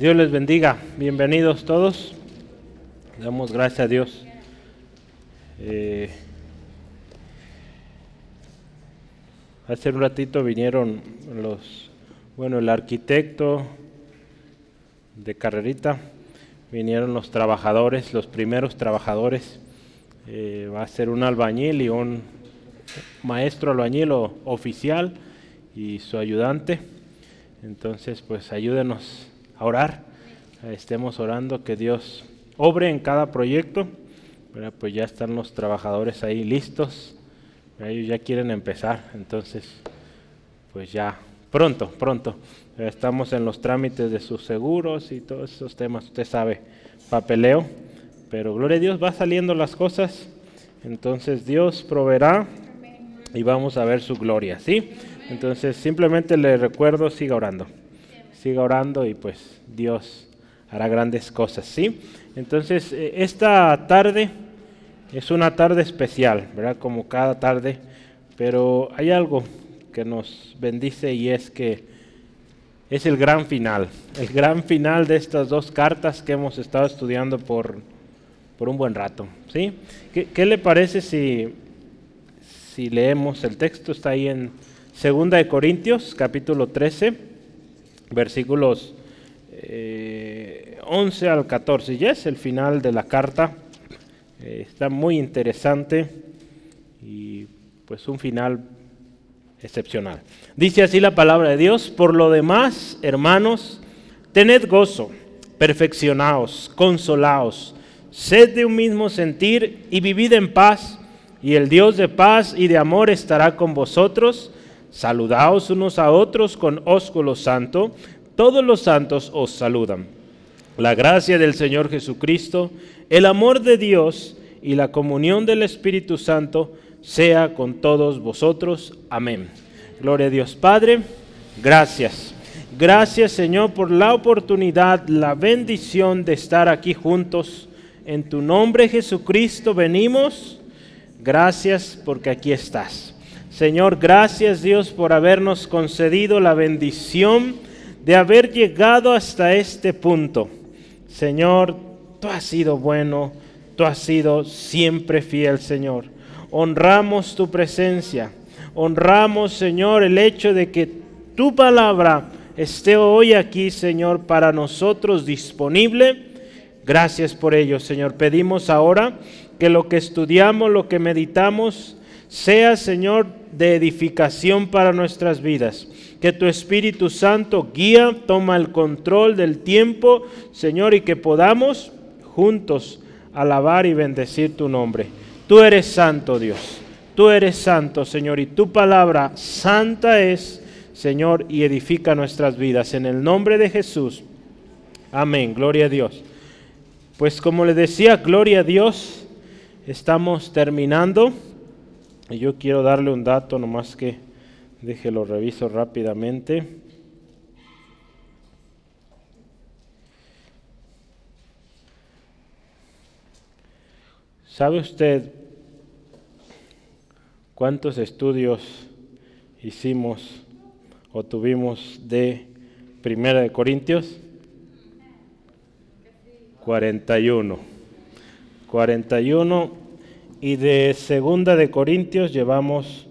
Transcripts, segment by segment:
Dios les bendiga, bienvenidos todos. Damos gracias a Dios. Hace un ratito vinieron el arquitecto de Carrerita, vinieron los trabajadores, los primeros trabajadores. Va a ser un albañil y un maestro albañil o oficial y su ayudante. Entonces, pues ayúdenos a orar, estemos orando que Dios obre en cada proyecto. Pues ya están los trabajadores ahí listos, ellos ya quieren empezar, entonces pues ya pronto, estamos en los trámites de sus seguros y todos esos temas, usted sabe, papeleo, pero gloria a Dios, va saliendo las cosas, entonces Dios proveerá y vamos a ver su gloria, ¿sí? Entonces simplemente le recuerdo, siga orando y pues Dios hará grandes cosas, ¿sí? Entonces esta tarde es una tarde especial, ¿verdad? Como cada tarde, pero hay algo que nos bendice y es que es el gran final de estas dos cartas que hemos estado estudiando por un buen rato, ¿sí? ¿Qué le parece si leemos el texto? Está ahí en 2 de Corintios, capítulo 13, versículos 11 al 14. Ya es el final de la carta. Está muy interesante y pues un final excepcional. Dice así la palabra de Dios: por lo demás, hermanos, tened gozo, perfeccionaos, consolaos, sed de un mismo sentir y vivid en paz, y el Dios de paz y de amor estará con vosotros. Saludaos unos a otros con ósculo santo. Todos los santos os saludan. La gracia del Señor Jesucristo, el amor de Dios y la comunión del Espíritu Santo sea con todos vosotros. Amén. Gloria a Dios. Padre, gracias. Gracias, Señor, por la oportunidad, la bendición de estar aquí juntos. En tu nombre, Jesucristo, venimos. Gracias porque aquí estás. Señor, gracias, Dios, por habernos concedido la bendición de haber llegado hasta este punto. Señor, tú has sido bueno, tú has sido siempre fiel, Señor. Honramos tu presencia, honramos, Señor, el hecho de que tu palabra esté hoy aquí, Señor, para nosotros disponible. Gracias por ello, Señor. Pedimos ahora que lo que estudiamos, lo que meditamos, sea, Señor, de edificación para nuestras vidas. Que tu Espíritu Santo guía, toma el control del tiempo, Señor, y que podamos juntos alabar y bendecir tu nombre. Tú eres santo, Dios. Tú eres santo, Señor, y tu palabra santa es, Señor, y edifica nuestras vidas. En el nombre de Jesús. Amén. Gloria a Dios. Pues como les decía, gloria a Dios. Estamos terminando. Y yo quiero darle un dato, nomás que déjelo reviso rápidamente. ¿Sabe usted cuántos estudios hicimos o tuvimos de 1 de Corintios? 41. Y de 2 de Corintios llevamos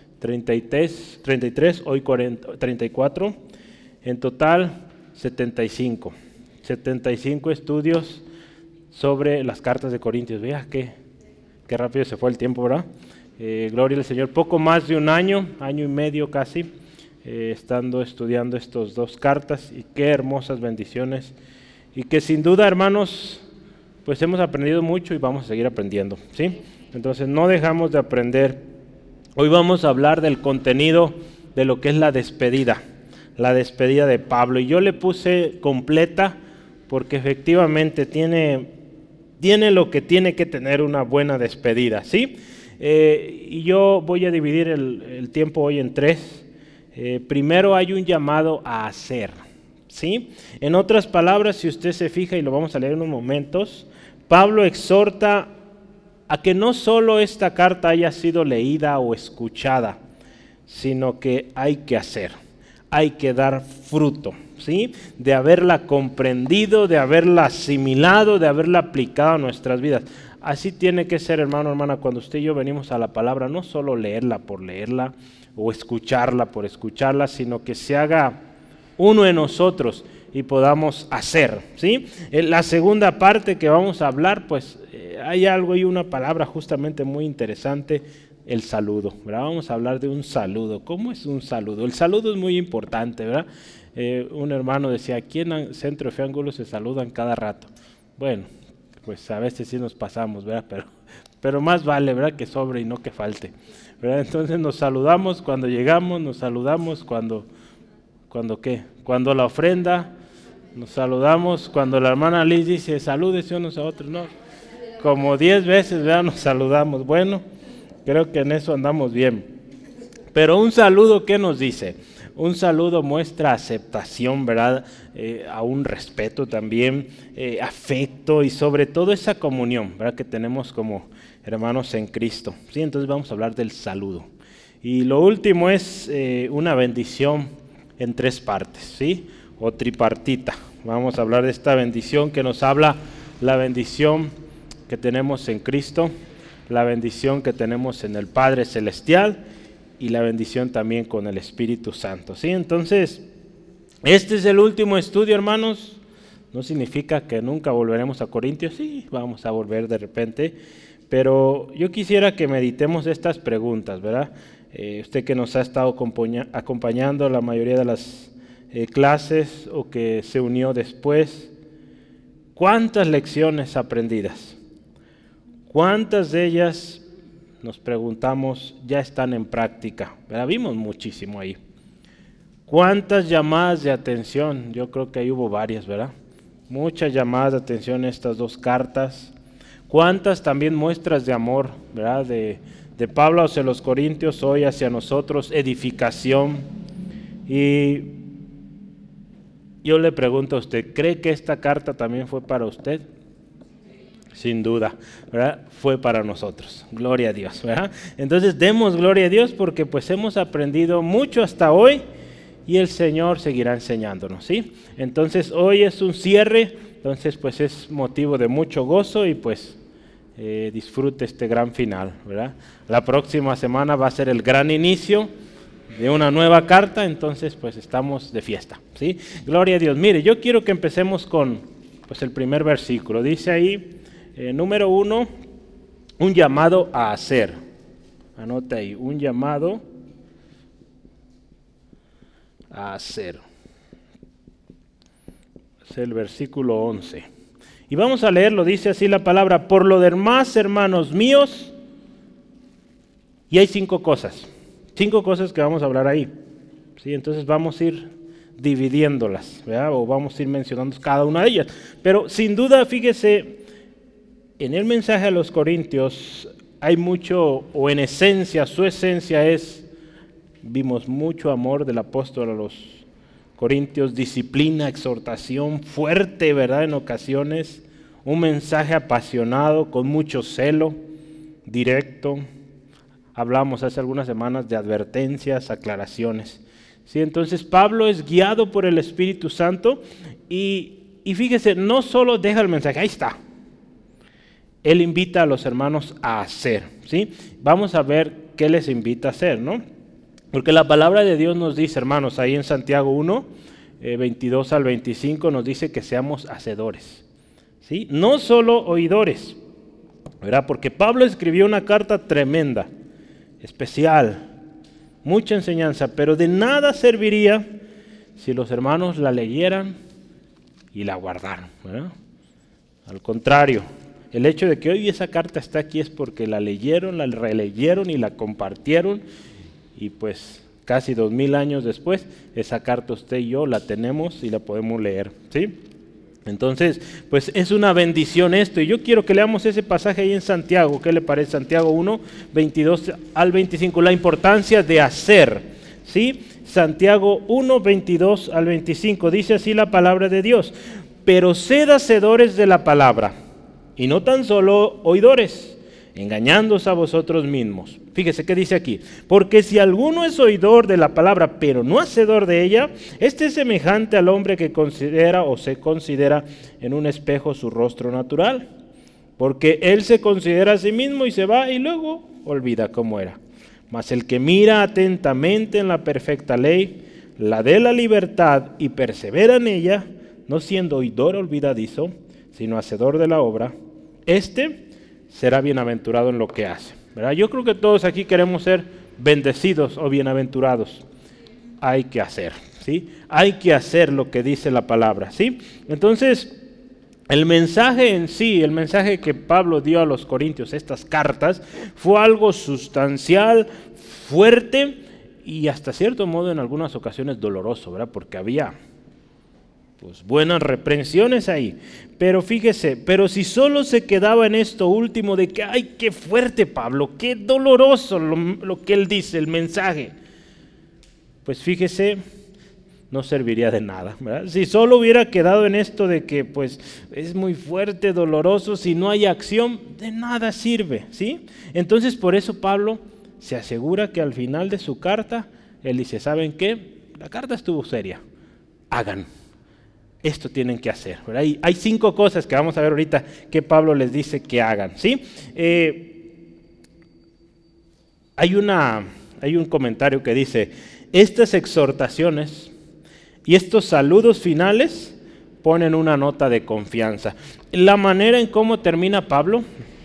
33, hoy 34, en total 75 estudios sobre las cartas de Corintios. Vea qué rápido se fue el tiempo, ¿verdad? Gloria al Señor, poco más de un año y medio casi, estando estudiando estas dos cartas, y qué hermosas bendiciones, y que sin duda, hermanos, pues hemos aprendido mucho y vamos a seguir aprendiendo, ¿sí? Entonces no dejamos de aprender. Hoy vamos a hablar del contenido de lo que es la despedida de Pablo. Y yo le puse completa porque efectivamente tiene lo que tiene que tener una buena despedida, ¿sí? Y yo voy a dividir el tiempo hoy en 3. Primero hay un llamado a hacer, ¿sí? En otras palabras, si usted se fija, y lo vamos a leer en unos momentos, Pablo exhorta a que no solo esta carta haya sido leída o escuchada, sino que hay que hacer, hay que dar fruto, ¿sí? De haberla comprendido, de haberla asimilado, de haberla aplicado a nuestras vidas. Así tiene que ser, hermano, hermana, cuando usted y yo venimos a la palabra, no solo leerla por leerla o escucharla por escucharla, sino que se haga uno en nosotros y podamos hacer, ¿sí? En la segunda parte que vamos a hablar, pues hay algo y una palabra justamente muy interesante, el saludo, ¿verdad? Vamos a hablar de un saludo. ¿Cómo es un saludo? El saludo es muy importante, ¿verdad? Un hermano decía, aquí en Centro de Fe Angulo se saludan cada rato. Bueno, pues a veces sí nos pasamos, ¿verdad? Pero más vale, ¿verdad? Que sobre y no que falte, ¿verdad? Entonces nos saludamos cuando llegamos, nos saludamos cuando ¿qué? Cuando la ofrenda, nos saludamos cuando la hermana Liz dice, salúdese unos a otros, ¿no? Como 10 veces, ¿verdad? Nos saludamos. Bueno, creo que en eso andamos bien. Pero un saludo, ¿qué nos dice? Un saludo muestra aceptación, ¿verdad? A un respeto también, afecto y sobre todo esa comunión, ¿verdad? Que tenemos como hermanos en Cristo. ¿Sí? Entonces vamos a hablar del saludo. Y lo último es una bendición en 3 partes, ¿sí? O tripartita. Vamos a hablar de esta bendición que nos habla la bendición que tenemos en Cristo, la bendición que tenemos en el Padre Celestial y la bendición también con el Espíritu Santo, ¿sí? Entonces, este es el último estudio, hermanos. No significa que nunca volveremos a Corintios, sí, vamos a volver de repente, pero yo quisiera que meditemos estas preguntas, ¿verdad? Usted que nos ha estado acompañando la mayoría de las clases o que se unió después, ¿cuántas lecciones aprendidas? ¿Cuántas de ellas, nos preguntamos, ya están en práctica? ¿Verdad? Vimos muchísimo ahí. ¿Cuántas llamadas de atención? Yo creo que ahí hubo varias, ¿verdad? Muchas llamadas de atención en estas 2 cartas. ¿Cuántas también muestras de amor, ¿verdad? De Pablo hacia los Corintios, hoy hacia nosotros, edificación. Y yo le pregunto a usted, ¿cree que esta carta también fue para usted? Sin duda, ¿verdad? Fue para nosotros. Gloria a Dios, ¿verdad? Entonces demos gloria a Dios porque pues hemos aprendido mucho hasta hoy y el Señor seguirá enseñándonos, ¿sí? Entonces hoy es un cierre, entonces pues es motivo de mucho gozo y pues disfrute este gran final, ¿verdad? La próxima semana va a ser el gran inicio de una nueva carta, entonces pues estamos de fiesta, ¿sí? Gloria a Dios. Mire, yo quiero que empecemos con pues el primer versículo. Dice ahí, número 1, un llamado a hacer. Anota ahí, un llamado a hacer. Es el versículo 11. Y vamos a leerlo, dice así la palabra, por lo demás, hermanos míos, y hay 5 cosas que vamos a hablar ahí, ¿sí? Entonces vamos a ir dividiéndolas, ¿verdad? O vamos a ir mencionando cada una de ellas, pero sin duda, fíjese, en el mensaje a los Corintios hay mucho, o en esencia, su esencia es, vimos mucho amor del apóstol a los Corintios, disciplina, exhortación fuerte, ¿verdad? En ocasiones, un mensaje apasionado, con mucho celo, directo. Hablamos hace algunas semanas de advertencias, aclaraciones, ¿sí? Entonces Pablo es guiado por el Espíritu Santo y fíjese, no solo deja el mensaje, ahí está. Él invita a los hermanos a hacer, ¿sí? Vamos a ver qué les invita a hacer, ¿no? Porque la palabra de Dios nos dice, hermanos, ahí en Santiago 1, 22 al 25, nos dice que seamos hacedores, ¿sí? No solo oidores, ¿verdad? Porque Pablo escribió una carta tremenda, especial, mucha enseñanza, pero de nada serviría si los hermanos la leyeran y la guardaran, ¿verdad? Al contrario, el hecho de que hoy esa carta está aquí es porque la leyeron, la releyeron y la compartieron, y pues casi 2000 años después, esa carta usted y yo la tenemos y la podemos leer, ¿sí? Entonces, pues es una bendición esto, y yo quiero que leamos ese pasaje ahí en Santiago. ¿Qué le parece? Santiago 1, 22 al 25, la importancia de hacer, ¿sí? Santiago 1, 22 al 25, dice así la palabra de Dios, pero sed hacedores de la palabra, y no tan solo oidores, engañándoos a vosotros mismos. Fíjese qué dice aquí. Porque si alguno es oidor de la palabra, pero no hacedor de ella, este es semejante al hombre que considera o se considera en un espejo su rostro natural. Porque él se considera a sí mismo y se va y luego olvida cómo era. Mas el que mira atentamente en la perfecta ley, la de la libertad, y persevera en ella, no siendo oidor olvidadizo, sino hacedor de la obra, este será bienaventurado en lo que hace. ¿Verdad? Yo creo que todos aquí queremos ser bendecidos o bienaventurados. Hay que hacer, ¿sí? Hay que hacer lo que dice la palabra, ¿sí? Entonces, el mensaje en sí, el mensaje que Pablo dio a los corintios, estas cartas, fue algo sustancial, fuerte y hasta cierto modo en algunas ocasiones doloroso, ¿verdad? Porque había pues buenas reprensiones ahí. Pero fíjese, pero si solo se quedaba en esto último de que, ¡ay, qué fuerte Pablo! ¡Qué doloroso lo que él dice, el mensaje! Pues fíjese, no serviría de nada, ¿verdad? Si solo hubiera quedado en esto de que pues es muy fuerte, doloroso, si no hay acción, de nada sirve, ¿sí? Entonces por eso Pablo se asegura que al final de su carta, él dice, ¿saben qué? La carta estuvo seria, hagan. Esto tienen que hacer, ¿verdad? Y hay 5 cosas que vamos a ver ahorita que Pablo les dice que hagan, ¿sí? Hay un comentario que dice, estas exhortaciones y estos saludos finales ponen una nota de confianza. La manera en cómo termina Pablo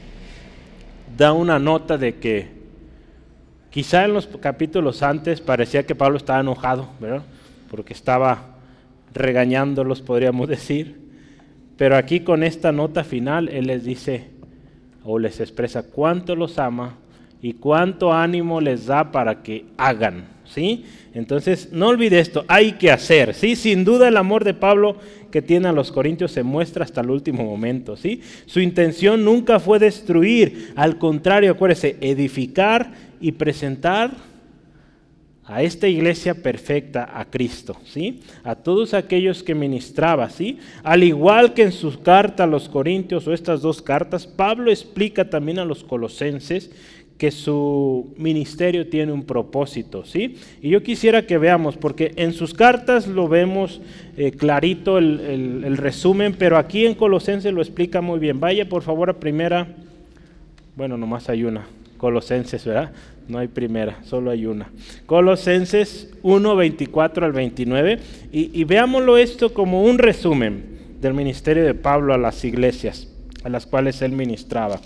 da una nota de que quizá en los capítulos antes parecía que Pablo estaba enojado, ¿verdad? Porque estaba regañándolos, podríamos decir, pero aquí con esta nota final él les dice o les expresa cuánto los ama y cuánto ánimo les da para que hagan, ¿sí? Entonces no olvide esto, hay que hacer, ¿sí? Sin duda el amor de Pablo que tiene a los corintios se muestra hasta el último momento, ¿sí? Su intención nunca fue destruir, al contrario, acuérdese, edificar y presentar a esta iglesia perfecta, a Cristo, ¿sí? A todos aquellos que ministraba, ¿sí? Al igual que en sus cartas a los corintios o estas 2 cartas, Pablo explica también a los colosenses que su ministerio tiene un propósito, ¿sí? Y yo quisiera que veamos, porque en sus cartas lo vemos clarito el resumen, pero aquí en Colosenses lo explica muy bien. Vaya por favor a primera, bueno, nomás hay una, Colosenses, ¿verdad? No hay primera, solo hay una. Colosenses 1, 24 al 29. Y veámoslo esto como un resumen del ministerio de Pablo a las iglesias a las cuales él ministraba.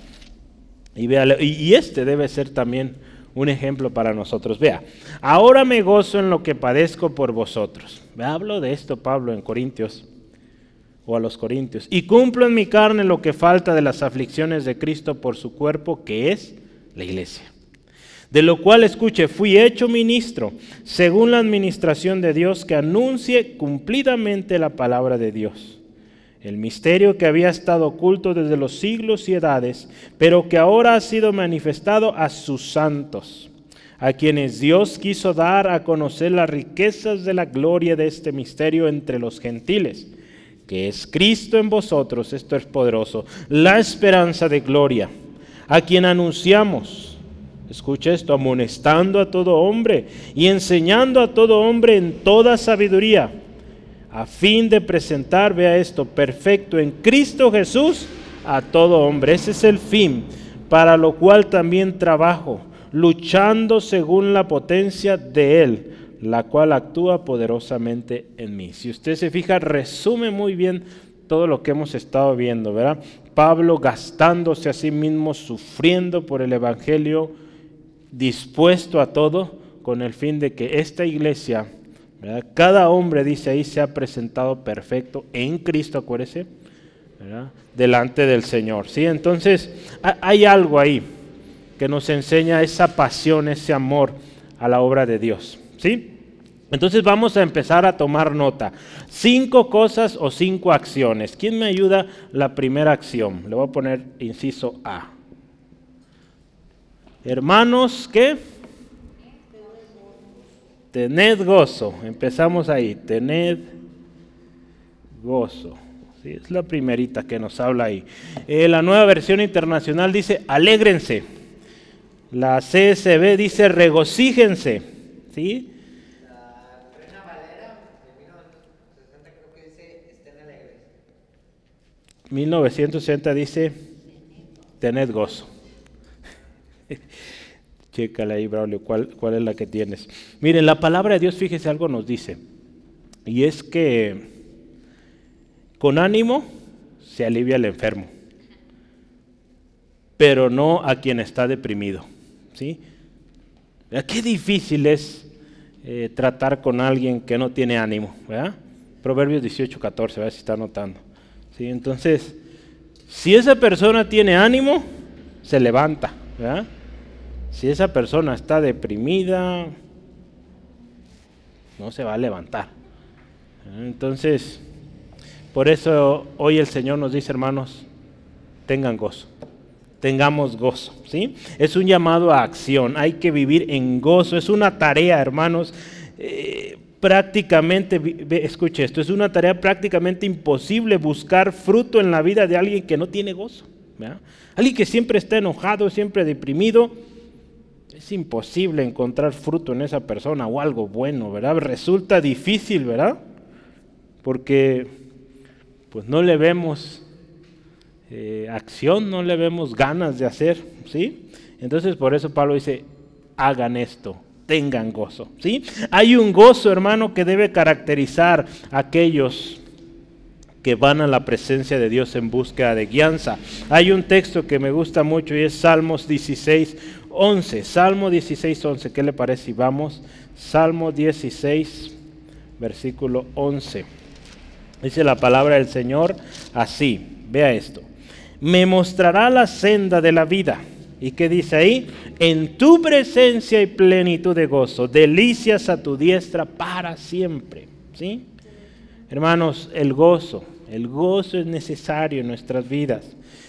Y este debe ser también un ejemplo para nosotros. Vea, ahora me gozo en lo que padezco por vosotros. Hablo de esto Pablo en Corintios, o a los corintios. Y cumplo en mi carne lo que falta de las aflicciones de Cristo por su cuerpo, que es la iglesia. De lo cual, escuche, fui hecho ministro, según la administración de Dios, que anuncie cumplidamente la palabra de Dios. El misterio que había estado oculto desde los siglos y edades, pero que ahora ha sido manifestado a sus santos, a quienes Dios quiso dar a conocer las riquezas de la gloria de este misterio entre los gentiles, que es Cristo en vosotros, esto es poderoso, la esperanza de gloria, a quien anunciamos. Escucha esto, amonestando a todo hombre y enseñando a todo hombre en toda sabiduría, a fin de presentar, vea esto, perfecto en Cristo Jesús a todo hombre. Ese es el fin, para lo cual también trabajo, luchando según la potencia de Él, la cual actúa poderosamente en mí. Si usted se fija, resume muy bien todo lo que hemos estado viendo, ¿verdad? Pablo gastándose a sí mismo, sufriendo por el evangelio, dispuesto a todo con el fin de que esta iglesia, ¿verdad? Cada hombre, dice ahí, se ha presentado perfecto en Cristo, acuérdese, ¿verdad? Delante del Señor, ¿sí? Entonces hay algo ahí que nos enseña esa pasión, ese amor a la obra de Dios, ¿sí? Entonces vamos a empezar a tomar nota. 5 cosas o 5 acciones. ¿Quién me ayuda? La primera acción, le voy a poner inciso A. Hermanos, ¿qué? Tened gozo. Empezamos ahí. Tened gozo. Sí, es la primerita que nos habla ahí. La Nueva Versión Internacional dice, alégrense. La CSB dice, regocíjense. ¿Sí? La Reina Valera de 1960 creo que dice, estén alegres. 1960 dice, tened gozo. Chécale ahí, Braulio, ¿cuál es la que tienes? Miren, la palabra de Dios, fíjese, algo nos dice. Y es que con ánimo se alivia el enfermo, pero no a quien está deprimido. ¿Sí? Qué difícil es tratar con alguien que no tiene ánimo, ¿verdad? Proverbios 18:14, a ver si está anotando. ¿Sí? Entonces, si esa persona tiene ánimo, se levanta, ¿verdad? Si esa persona está deprimida, no se va a levantar. Entonces, por eso hoy el Señor nos dice, hermanos, tengan gozo, tengamos gozo, ¿sí? Es un llamado a acción, hay que vivir en gozo, es una tarea, hermanos, prácticamente, escuche esto, es una tarea prácticamente imposible buscar fruto en la vida de alguien que no tiene gozo, ¿verdad? Alguien que siempre está enojado, siempre deprimido, es imposible encontrar fruto en esa persona o algo bueno, ¿verdad? Resulta difícil, ¿verdad? Porque pues no le vemos acción, no le vemos ganas de hacer, ¿sí? Entonces por eso Pablo dice, hagan esto, tengan gozo, ¿sí? Hay un gozo, hermano, que debe caracterizar a aquellos que van a la presencia de Dios en búsqueda de guianza. Hay un texto que me gusta mucho y es Salmos 16:11. Salmo 16:11, ¿qué le parece si vamos? Salmo 16, versículo 11. Dice la palabra del Señor así, vea esto. Me mostrará la senda de la vida. ¿Y qué dice ahí? En tu presencia hay plenitud de gozo, delicias a tu diestra para siempre. ¿Sí? Hermanos, el gozo es necesario en nuestras vidas.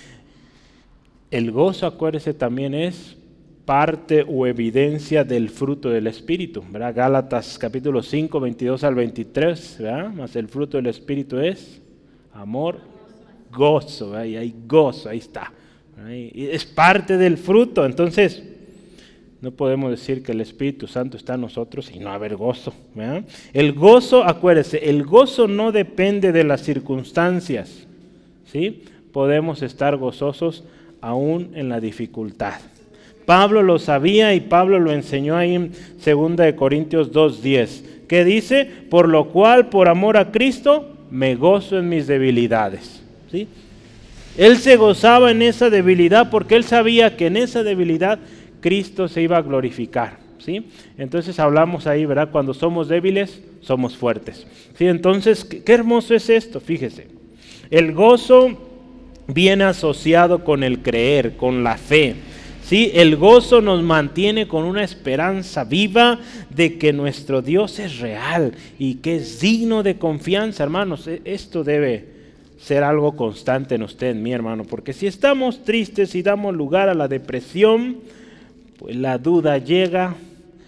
El gozo, acuérdese, también es parte o evidencia del fruto del Espíritu, ¿verdad? Gálatas capítulo 5, 22 al 23, ¿verdad? Más el fruto del Espíritu es amor, gozo, ¿verdad? Y hay gozo, ahí está, ¿verdad? Y es parte del fruto. Entonces no podemos decir que el Espíritu Santo está en nosotros y no haber gozo, ¿verdad? El gozo, acuérdese, el gozo no depende de las circunstancias, ¿sí? Podemos estar gozosos aún en la dificultad. Pablo lo sabía y Pablo lo enseñó ahí en 2 Corintios 2:10. ¿Qué dice? Por lo cual, por amor a Cristo, me gozo en mis debilidades. ¿Sí? Él se gozaba en esa debilidad porque él sabía que en esa debilidad Cristo se iba a glorificar. ¿Sí? Entonces hablamos ahí, ¿verdad? Cuando somos débiles, somos fuertes. ¿Sí? Entonces, qué hermoso es esto, fíjese. El gozo viene asociado con el creer, con la fe. ¿Sí? El gozo nos mantiene con una esperanza viva de que nuestro Dios es real y que es digno de confianza, hermanos. Esto debe ser algo constante en usted, en mí, hermano, porque si estamos tristes y damos lugar a la depresión, pues la duda llega,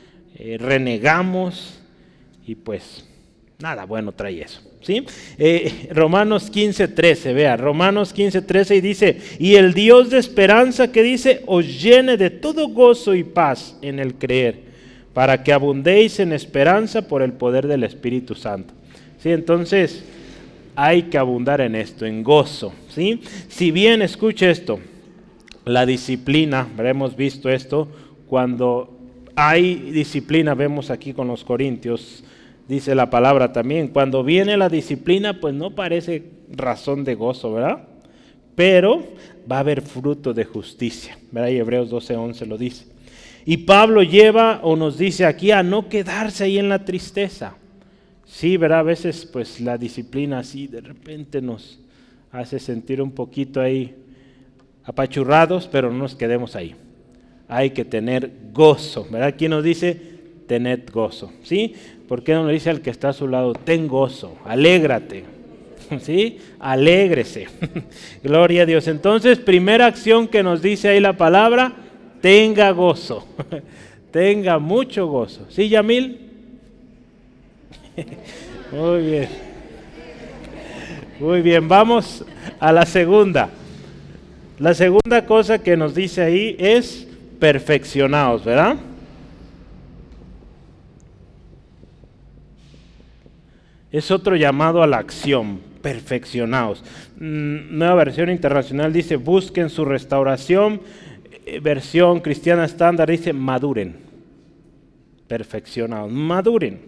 renegamos y pues nada bueno trae eso. ¿Sí? Romanos 15:13, vea, Romanos 15:13 y dice, y el Dios de esperanza que dice, os llene de todo gozo y paz en el creer, para que abundéis en esperanza por el poder del Espíritu Santo. ¿Sí? Entonces, hay que abundar en esto, en gozo. ¿Sí? Si bien, escuche esto, la disciplina, hemos visto esto, cuando hay disciplina, vemos aquí con los Corintios, dice la palabra también, cuando viene la disciplina, pues no parece razón de gozo, ¿verdad? Pero va a haber fruto de justicia, ¿verdad? Y Hebreos 12:11 lo dice. Y Pablo lleva o nos dice aquí a no quedarse ahí en la tristeza. Sí, ¿verdad? A veces pues la disciplina así de repente nos hace sentir un poquito ahí apachurrados, pero no nos quedemos ahí. Hay que tener gozo, ¿verdad? ¿Quién nos dice? Tened gozo, ¿sí? ¿Por qué no le dice al que está a su lado, ten gozo, alégrate, ¿sí? Alégrese. Gloria a Dios. Entonces, primera acción que nos dice ahí la palabra, tenga gozo, tenga mucho gozo. ¿Sí, Yamil? Muy bien. Muy bien, vamos a la segunda. La segunda cosa que nos dice ahí es perfeccionados, ¿verdad? Es otro llamado a la acción, perfeccionados. Nueva versión internacional dice busquen su restauración. Versión cristiana estándar dice maduren. Perfeccionados, maduren.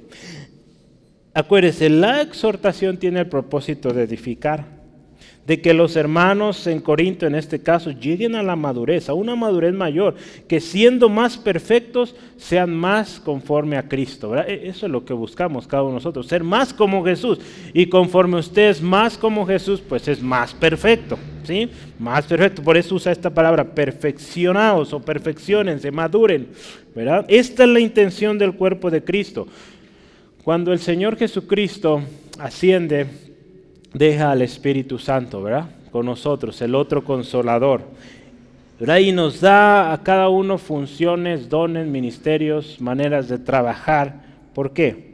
Acuérdense, la exhortación tiene el propósito de edificar, de que los hermanos en Corinto, en este caso, lleguen a la madurez, a una madurez mayor, que siendo más perfectos, sean más conforme a Cristo, ¿verdad? Eso es lo que buscamos cada uno de nosotros, ser más como Jesús. Y conforme usted es más como Jesús, pues es más perfecto, ¿sí? Más perfecto. Por eso usa esta palabra, perfeccionados o perfeccionense, maduren, ¿verdad? Esta es la intención del cuerpo de Cristo. Cuando el Señor Jesucristo asciende, deja al Espíritu Santo, ¿verdad? Con nosotros, el otro consolador, ¿verdad? Y nos da a cada uno funciones, dones, ministerios, maneras de trabajar. ¿Por qué?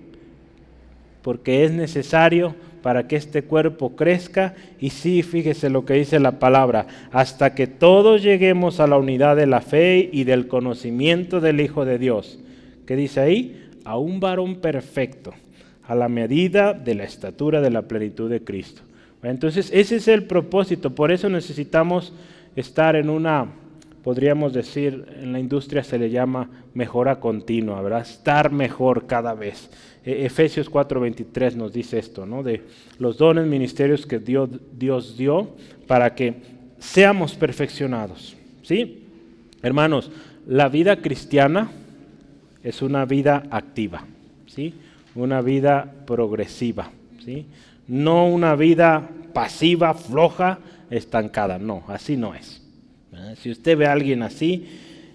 Porque es necesario para que este cuerpo crezca. Y sí, fíjese lo que dice la palabra, hasta que todos lleguemos a la unidad de la fe y del conocimiento del Hijo de Dios. ¿Qué dice ahí? A un varón perfecto, a la medida de la estatura de la plenitud de Cristo. Entonces ese es el propósito, por eso necesitamos estar en una, podríamos decir, en la industria se le llama mejora continua, ¿verdad? Estar mejor cada vez. Efesios 4:23 nos dice esto, ¿no? De los dones, ministerios que Dios dio para que seamos perfeccionados, ¿sí? Hermanos, la vida cristiana es una vida activa, ¿sí? Una vida progresiva, ¿sí? No una vida pasiva, floja, estancada, no, así no es. Si usted ve a alguien así,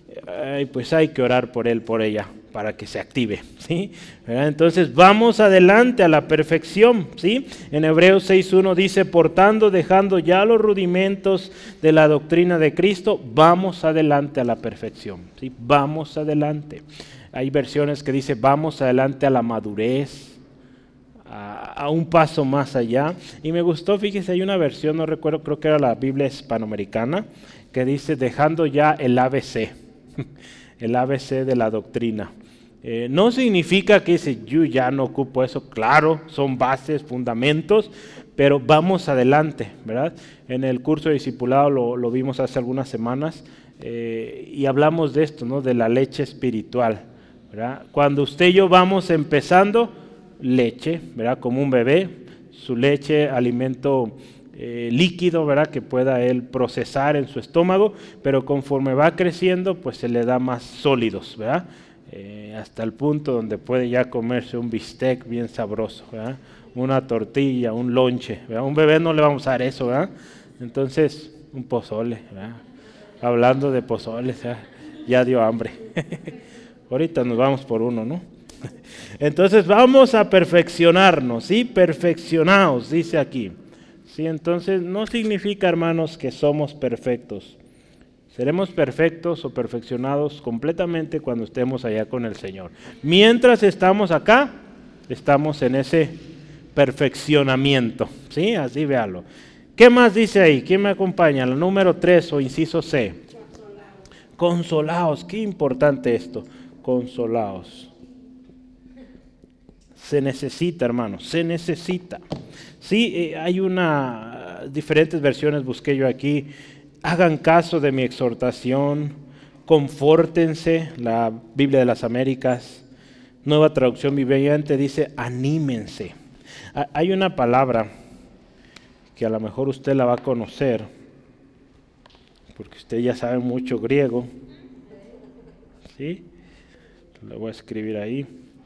pues hay que orar por él, por ella, para que se active, ¿sí? Entonces vamos adelante a la perfección, ¿sí? En Hebreos 6:1 dice, dejando ya los rudimentos de la doctrina de Cristo, vamos adelante a la perfección, ¿sí? Vamos adelante. Hay versiones que dice vamos adelante a la madurez, a un paso más allá. Y me gustó, fíjese, hay una versión, no recuerdo, creo que era la Biblia hispanoamericana, que dice dejando ya el ABC, el ABC de la doctrina. No significa que dice yo ya no ocupo eso, claro, son bases, fundamentos, pero vamos adelante, ¿verdad? En el curso de discipulado lo vimos hace algunas semanas y hablamos de esto, ¿no? De la leche espiritual, ¿verdad? Cuando usted y yo vamos empezando, leche, ¿verdad? Como un bebé, su leche, alimento líquido, ¿verdad? Que pueda él procesar en su estómago, pero conforme va creciendo, pues se le da más sólidos, ¿verdad? Hasta el punto donde puede ya comerse un bistec bien sabroso, ¿verdad? Una tortilla, un lonche, ¿verdad? Un bebé no le vamos a dar eso, ¿verdad? Entonces, un pozole, ¿verdad? Hablando de pozoles, ya dio hambre. Ahorita nos vamos por uno, ¿no? Entonces vamos a perfeccionarnos, ¿sí? Perfeccionaos, dice aquí. ¿Sí? Entonces no significa, hermanos, que somos perfectos. Seremos perfectos o perfeccionados completamente cuando estemos allá con el Señor. Mientras estamos acá, estamos en ese perfeccionamiento, ¿sí? Así véalo. ¿Qué más dice ahí? ¿Quién me acompaña? La número 3 o inciso C. Consolaos. Qué importante esto. Consolaos. Se necesita, hermanos, se necesita. Sí, hay diferentes versiones busqué yo aquí. Hagan caso de mi exhortación, confórtense, la Biblia de las Américas, Nueva Traducción Viviente dice anímense. Hay una palabra que a lo mejor usted la va a conocer, porque usted ya sabe mucho griego, ¿sí? La voy a escribir ahí.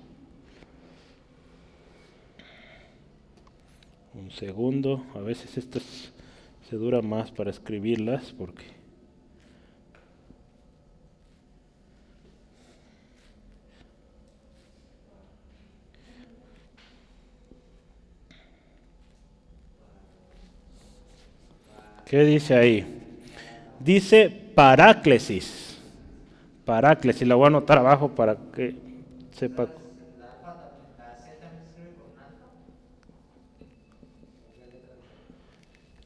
Un segundo, a veces estas se dura más para escribirlas porque ¿qué dice ahí? Dice paráclesis. Paráclesis, la voy a anotar abajo para que sepa.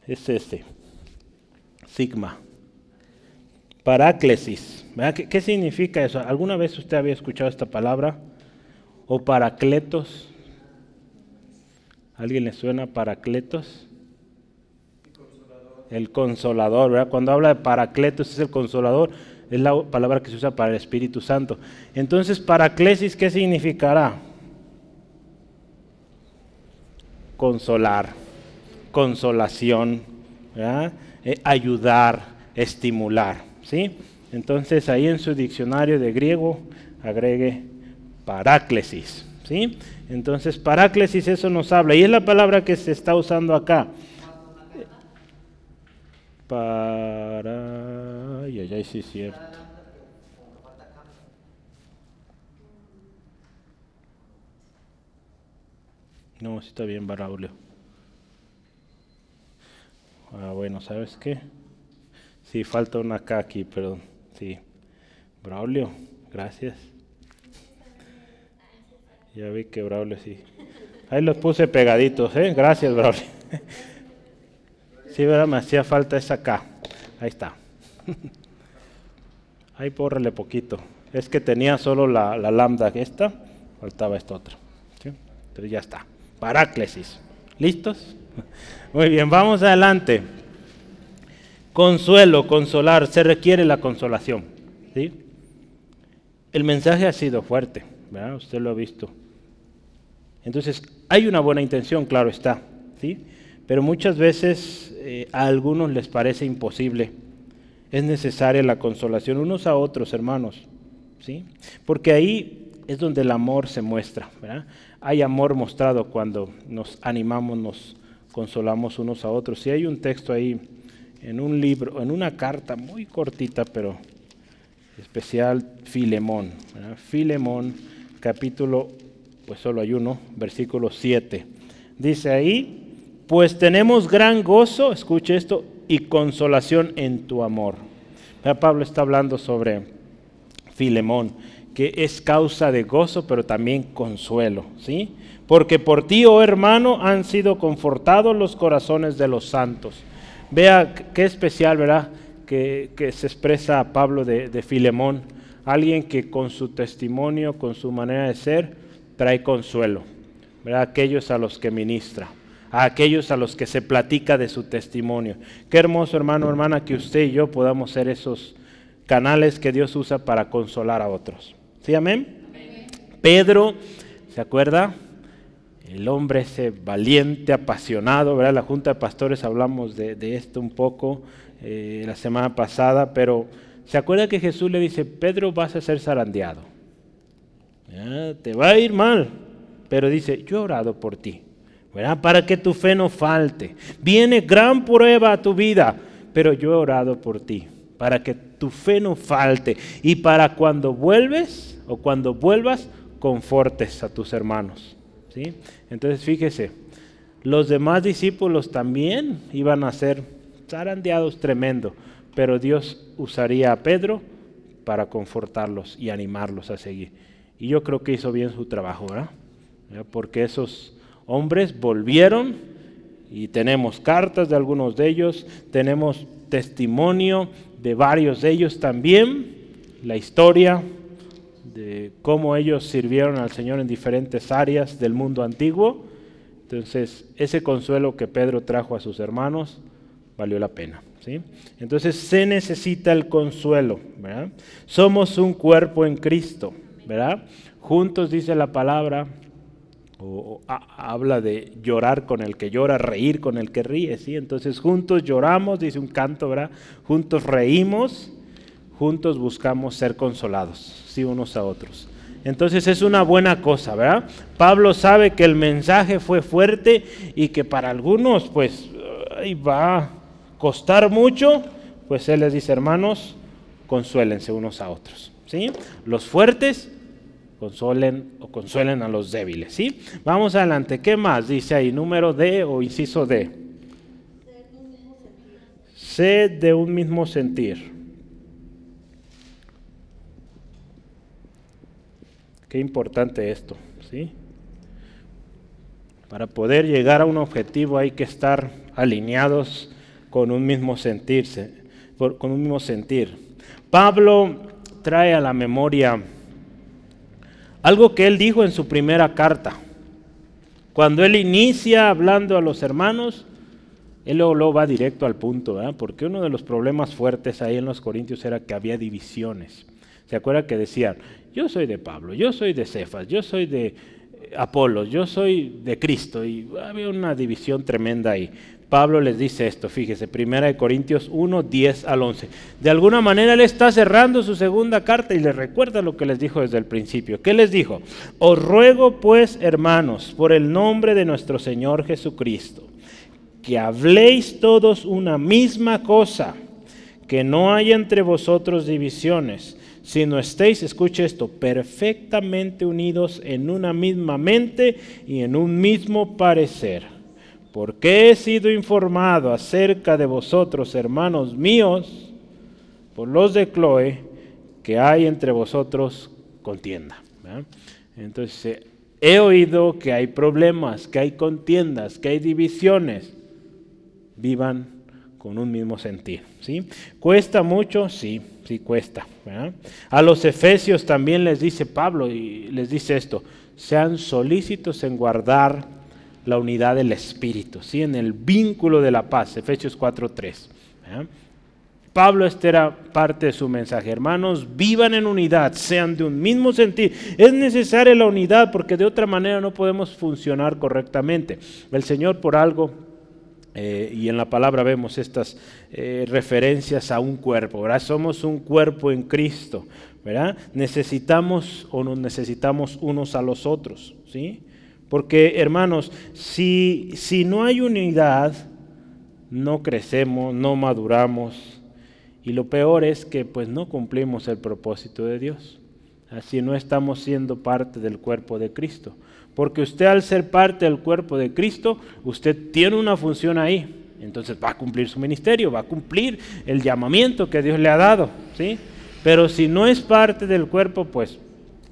es este, sigma. Paráclesis. ¿Qué significa eso? ¿Alguna vez usted había escuchado esta palabra? ¿O paracletos? ¿Alguien le suena paracletos? El consolador, ¿verdad? Cuando habla de paracletos es el consolador, es la palabra que se usa para el Espíritu Santo. Entonces, paraclesis, ¿qué significará? Consolar, consolación, ¿verdad? Ayudar, estimular, ¿sí? Entonces, ahí en su diccionario de griego, agregue paráclesis, ¿sí? Entonces, paráclesis, eso nos habla, y es la palabra que se está usando acá. Ay, sí es cierto. No, sí está bien, Braulio. Bueno, ¿sabes qué? Sí, falta una acá aquí, perdón. Sí. Braulio, gracias. Ya vi que Braulio sí. Ahí los puse pegaditos, ¿eh? Gracias, Braulio. Sí, ¿verdad? Me hacía falta esa acá. Ahí está. Ahí bórrele poquito. Es que tenía solo la lambda esta, faltaba esta otra. ¿Sí? Entonces ya está. Paráclesis. ¿Listos? Muy bien, vamos adelante. Consuelo, consolar, se requiere la consolación. ¿Sí? El mensaje ha sido fuerte, ¿verdad? Usted lo ha visto. Entonces, hay una buena intención, claro está, ¿sí? Pero muchas veces a algunos les parece imposible. Es necesaria la consolación unos a otros, hermanos, ¿sí? Porque ahí es donde el amor se muestra, ¿verdad? Hay amor mostrado cuando nos animamos, nos consolamos unos a otros. Y hay un texto ahí en un libro, en una carta muy cortita, pero especial, Filemón, ¿verdad? Filemón, capítulo, pues solo hay uno, versículo 7. Dice ahí, pues tenemos gran gozo, escuche esto, y consolación en tu amor. Pablo está hablando sobre Filemón, que es causa de gozo, pero también consuelo, ¿sí? Porque por ti, oh hermano, han sido confortados los corazones de los santos. Vea qué especial, ¿verdad? Que se expresa Pablo de Filemón, alguien que con su testimonio, con su manera de ser, trae consuelo, ¿verdad? Aquellos a los que ministra, a aquellos a los que se platica de su testimonio. Qué hermoso, hermano, hermana, que usted y yo podamos ser esos canales que Dios usa para consolar a otros. ¿Sí, amén? Amén. Pedro, ¿se acuerda? El hombre ese valiente, apasionado, ¿verdad? La Junta de Pastores hablamos de esto un poco la semana pasada, pero ¿se acuerda que Jesús le dice, Pedro, vas a ser zarandeado? Te va a ir mal, pero dice, yo he orado por ti, ¿verdad? Para que tu fe no falte. Viene gran prueba a tu vida, pero yo he orado por ti, para que tu fe no falte y para cuando vuelves o cuando vuelvas, confortes a tus hermanos, ¿sí? Entonces fíjese, los demás discípulos también iban a ser zarandeados tremendo, pero Dios usaría a Pedro para confortarlos y animarlos a seguir. Y yo creo que hizo bien su trabajo, ¿verdad? Porque esos hombres volvieron y tenemos cartas de algunos de ellos, tenemos testimonio de varios de ellos también, la historia de cómo ellos sirvieron al Señor en diferentes áreas del mundo antiguo. Entonces, ese consuelo que Pedro trajo a sus hermanos valió la pena, ¿sí? Entonces, se necesita el consuelo, ¿verdad? Somos un cuerpo en Cristo, ¿verdad? Juntos, dice la palabra, habla de llorar con el que llora, reír con el que ríe, ¿sí? Entonces, juntos lloramos, dice un canto, ¿verdad? Juntos reímos, juntos buscamos ser consolados, ¿sí? Unos a otros. Entonces es una buena cosa, ¿verdad? Pablo sabe que el mensaje fue fuerte y que para algunos pues va a costar mucho, pues él les dice, hermanos, consuélense unos a otros, ¿sí? Los fuertes consuelen a los débiles, ¿sí? Vamos adelante, ¿qué más dice ahí? Número D o inciso D. Sed de un mismo sentir. Qué importante esto, ¿sí? Para poder llegar a un objetivo hay que estar alineados con un mismo sentirse, con un mismo sentir. Pablo trae a la memoria algo que él dijo en su primera carta. Cuando él inicia hablando a los hermanos, él luego va directo al punto, ¿verdad? Porque uno de los problemas fuertes ahí en los Corintios era que había divisiones. ¿Se acuerdan que decían, yo soy de Pablo, yo soy de Cefas, yo soy de Apolos, yo soy de Cristo? Y había una división tremenda ahí. Pablo les dice esto, fíjese, 1 Corintios 1, 10 al 11. De alguna manera él está cerrando su segunda carta y les recuerda lo que les dijo desde el principio. ¿Qué les dijo? Os ruego pues, hermanos, por el nombre de nuestro Señor Jesucristo, que habléis todos una misma cosa, que no haya entre vosotros divisiones, sino estéis, escuche esto, perfectamente unidos en una misma mente y en un mismo parecer. Porque he sido informado acerca de vosotros, hermanos míos, por los de Cloé, que hay entre vosotros contienda. ¿Verdad? Entonces, he oído que hay problemas, que hay contiendas, que hay divisiones. Vivan con un mismo sentir. ¿Sí? ¿Cuesta mucho? Sí, sí cuesta. ¿Verdad? A los efesios también les dice Pablo, y les dice esto, sean solícitos en guardar la unidad del Espíritu, ¿sí? En el vínculo de la paz, Efesios 4:3. Pablo, este era parte de su mensaje. Hermanos, vivan en unidad, sean de un mismo sentir. Es necesaria la unidad porque de otra manera no podemos funcionar correctamente. El Señor por algo, y en la palabra vemos estas referencias a un cuerpo, ¿verdad? Somos un cuerpo en Cristo, ¿verdad? Necesitamos o nos necesitamos unos a los otros, ¿sí? Porque, hermanos, si no hay unidad, no crecemos, no maduramos, y lo peor es que pues no cumplimos el propósito de Dios. Así no estamos siendo parte del cuerpo de Cristo. Porque usted, al ser parte del cuerpo de Cristo, usted tiene una función ahí. Entonces va a cumplir su ministerio, va a cumplir el llamamiento que Dios le ha dado, ¿sí? Pero si no es parte del cuerpo, pues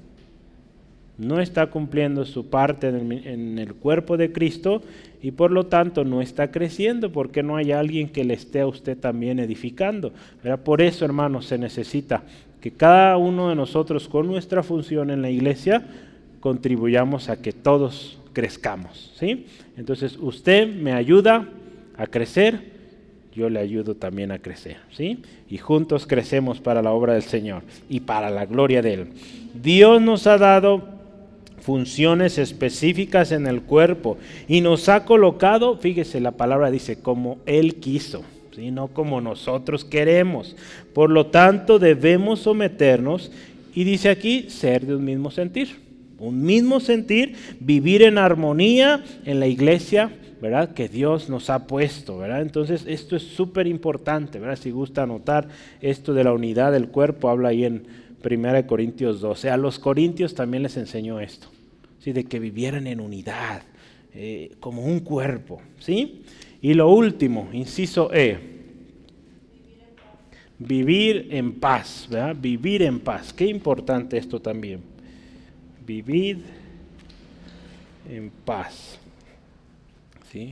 no está cumpliendo su parte en el cuerpo de Cristo y por lo tanto no está creciendo porque no hay alguien que le esté a usted también edificando. ¿Verdad? Por eso, hermanos, se necesita que cada uno de nosotros con nuestra función en la iglesia contribuyamos a que todos crezcamos, ¿sí? Entonces usted me ayuda a crecer, yo le ayudo también a crecer, ¿sí? Y juntos crecemos para la obra del Señor y para la gloria de Él. Dios nos ha dado funciones específicas en el cuerpo y nos ha colocado, fíjese, la palabra dice, como Él quiso, ¿sí? No como nosotros queremos. Por lo tanto, debemos someternos y dice aquí, ser de un mismo sentir. Un mismo sentir, vivir en armonía en la iglesia, ¿verdad? Que Dios nos ha puesto, ¿verdad? Entonces, esto es súper importante, ¿verdad? Si gusta anotar esto de la unidad del cuerpo, habla ahí en 1 Corintios 12. A los corintios también les enseñó esto, ¿sí? De que vivieran en unidad, como un cuerpo, ¿sí? Y lo último, inciso E, vivir en paz, ¿verdad? Vivir en paz. Qué importante esto también. Vivir en paz, ¿sí?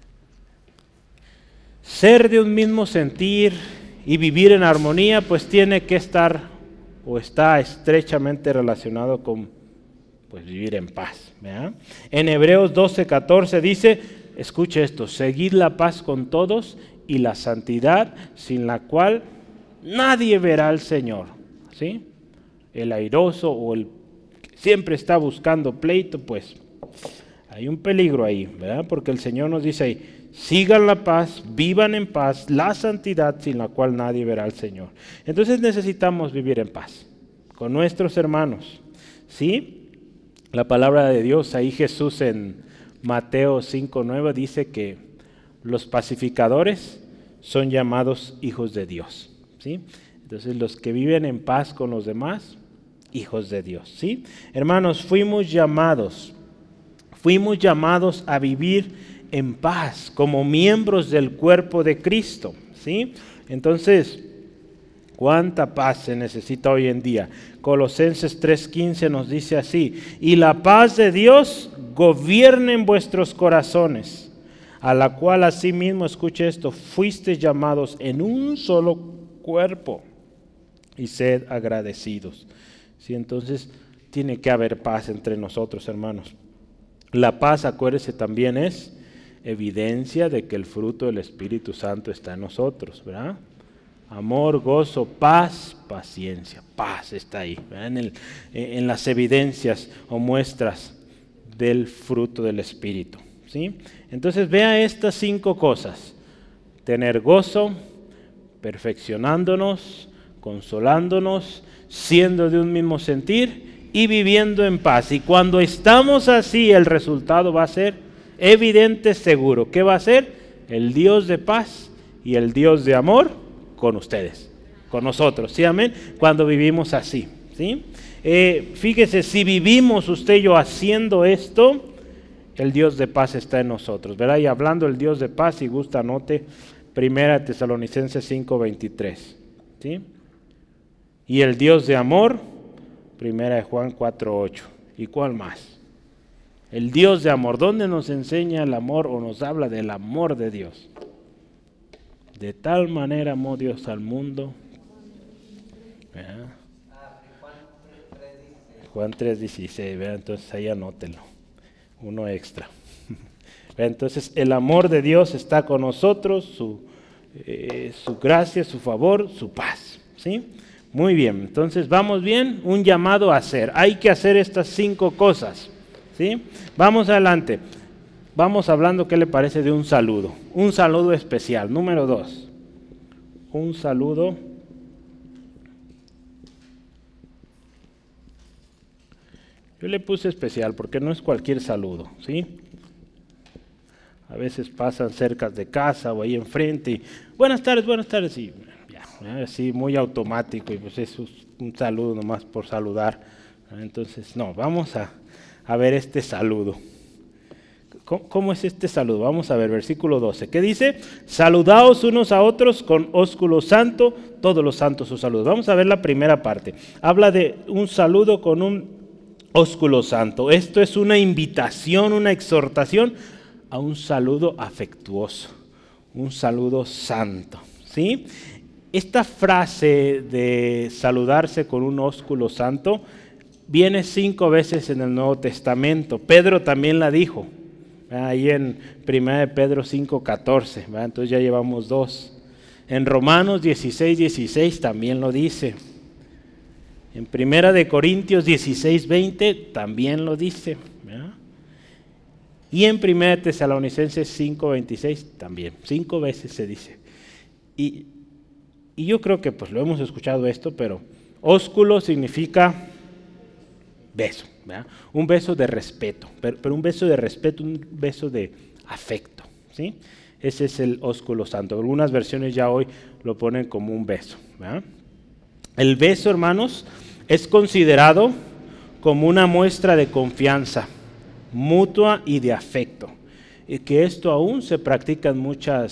Ser de un mismo sentir y vivir en armonía, pues tiene que estar o está estrechamente relacionado con pues vivir en paz, ¿verdad? En Hebreos 12:14 dice, escuche esto, seguid la paz con todos y la santidad, sin la cual nadie verá al Señor, ¿sí? El airoso o el siempre está buscando pleito, pues hay un peligro ahí, ¿verdad? Porque el Señor nos dice ahí, sigan la paz, vivan en paz, la santidad sin la cual nadie verá al Señor. Entonces necesitamos vivir en paz con nuestros hermanos, ¿sí? La palabra de Dios, ahí Jesús en Mateo 5:9 dice que los pacificadores son llamados hijos de Dios, ¿sí? Entonces los que viven en paz con los demás, hijos de Dios, ¿sí? Hermanos, fuimos llamados a vivir en paz como miembros del cuerpo de Cristo, ¿sí? Entonces, ¿cuánta paz se necesita hoy en día? Colosenses 3:15 nos dice así, y la paz de Dios gobierne en vuestros corazones, a la cual asimismo, escuche esto, fuisteis llamados en un solo cuerpo y sed agradecidos. ¿Sí? Entonces tiene que haber paz entre nosotros, hermanos. La paz, acuérdese, también es evidencia de que el fruto del Espíritu Santo está en nosotros, ¿verdad? Amor, gozo, paz, paciencia. Paz está ahí, ¿verdad? En las evidencias o muestras del fruto del Espíritu, ¿sí? Entonces vea estas 5 cosas: tener gozo, perfeccionándonos, consolándonos, siendo de un mismo sentir y viviendo en paz. Y cuando estamos así, el resultado va a ser evidente, seguro. ¿Qué va a ser? El Dios de paz y el Dios de amor con ustedes, con nosotros, ¿sí? Amén. Cuando vivimos así, ¿sí? Fíjese, si vivimos usted y yo haciendo esto, el Dios de paz está en nosotros, ¿verdad? Y hablando del Dios de paz, si gusta, anote 1 Tesalonicenses 5:23, ¿sí? Y el Dios de amor, 1 Juan 4:8. ¿Y cuál más? El Dios de amor, ¿dónde nos enseña el amor o nos habla del amor de Dios? De tal manera amó Dios al mundo. ¿Verdad? Juan 3:16, ¿verdad? Entonces ahí anótelo, uno extra. Entonces el amor de Dios está con nosotros, su gracia, su favor, su paz, ¿sí? Muy bien, entonces vamos bien, un llamado a hacer. Hay que hacer estas 5 cosas, ¿sí? Vamos adelante. Vamos hablando, ¿qué le parece de un saludo? Un saludo especial. Número 2. Un saludo yo le puse especial porque no es cualquier saludo, ¿sí? A veces pasan cerca de casa o ahí enfrente y buenas tardes, y ya, así muy automático, y pues es un saludo nomás por saludar. Entonces, no, vamos a ver este saludo. ¿Cómo es este saludo? Vamos a ver, versículo 12. ¿Qué dice? Saludaos unos a otros con ósculo santo, todos los santos os saludan. Vamos a ver la primera parte. Habla de un saludo con un ósculo santo. Esto es una invitación, una exhortación a un saludo afectuoso, un saludo santo, ¿sí? Esta frase de saludarse con un ósculo santo viene 5 veces en el Nuevo Testamento. Pedro también la dijo, ahí en 1 Pedro 5:14, entonces ya llevamos 2. En Romanos 16:16 también lo dice. En 1 Corintios 16:20 también lo dice, ¿verdad? Y en 1 Tesalonicenses 5:26 también, 5 veces se dice. Y yo creo que pues lo hemos escuchado esto, pero ósculo significa beso, ¿verdad? Un beso de respeto, pero un beso de respeto, un beso de afecto, ¿sí? Ese es el ósculo santo. Algunas versiones ya hoy lo ponen como un beso, ¿verdad? El beso, hermanos, es considerado como una muestra de confianza mutua y de afecto, y que esto aún se practica en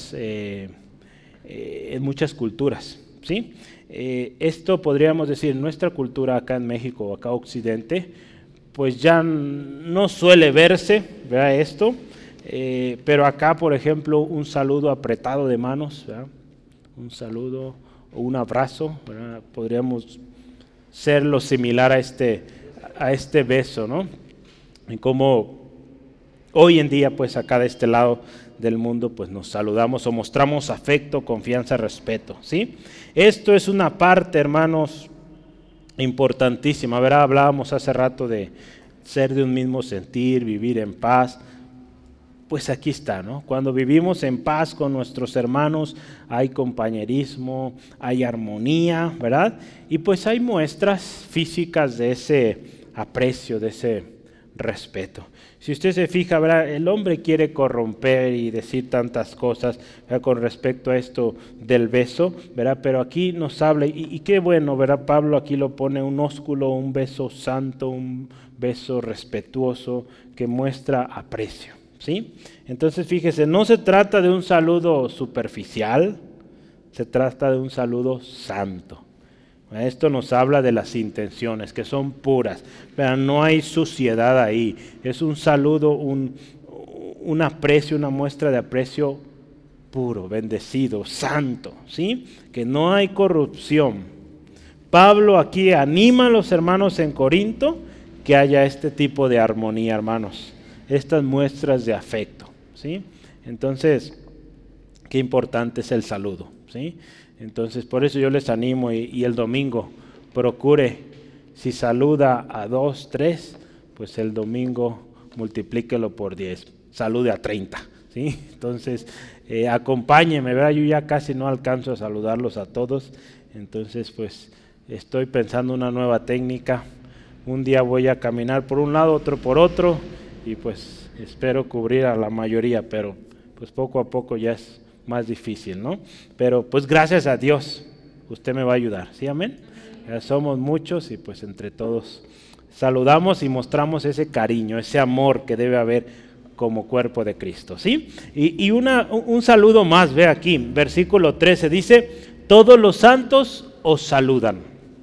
muchas culturas, ¿sí? Esto podríamos decir, nuestra cultura acá en México, acá occidente, pues ya no suele verse, ¿verdad? Esto, pero acá, por ejemplo, un saludo apretado de manos, ¿verdad? Un saludo o un abrazo, ¿verdad? Podríamos ser lo similar a este beso, ¿no? Y como hoy en día, pues acá de este lado del mundo, pues nos saludamos o mostramos afecto, confianza, respeto, ¿sí? Esto es una parte, hermanos, importantísima, ¿verdad? Hablábamos hace rato de ser de un mismo sentir, vivir en paz. Pues aquí está, ¿no? Cuando vivimos en paz con nuestros hermanos, hay compañerismo, hay armonía, ¿verdad? Y pues hay muestras físicas de ese aprecio, de ese respeto. Si usted se fija, ¿verdad? El hombre quiere corromper y decir tantas cosas, ¿verdad? Con respecto a esto del beso, ¿verdad? Pero aquí nos habla, y qué bueno, ¿verdad? Pablo aquí lo pone un ósculo, un beso santo, un beso respetuoso que muestra aprecio, ¿sí? Entonces fíjese, no se trata de un saludo superficial, se trata de un saludo santo. Esto nos habla de las intenciones, que son puras, pero no hay suciedad ahí. Es un saludo, un aprecio, una muestra de aprecio puro, bendecido, santo, ¿sí? Que no hay corrupción. Pablo aquí anima a los hermanos en Corinto que haya este tipo de armonía, hermanos, estas muestras de afecto, ¿sí? Entonces, qué importante es el saludo, ¿sí? Entonces, por eso yo les animo y el domingo procure, si saluda a 2, 3, pues el domingo multiplíquelo por 10, salude a 30, ¿sí? Entonces, acompáñenme, ¿verdad? Yo ya casi no alcanzo a saludarlos a todos, entonces pues estoy pensando una nueva técnica. Un día voy a caminar por un lado, otro por otro, y pues espero cubrir a la mayoría, pero pues poco a poco ya es más difícil, ¿no? Pero pues gracias a Dios, usted me va a ayudar, ¿sí? Amén. Ya somos muchos y pues entre todos saludamos y mostramos ese cariño, ese amor que debe haber como cuerpo de Cristo, ¿sí? Y un saludo más, ve aquí, versículo 13, dice, todos los santos os saludan.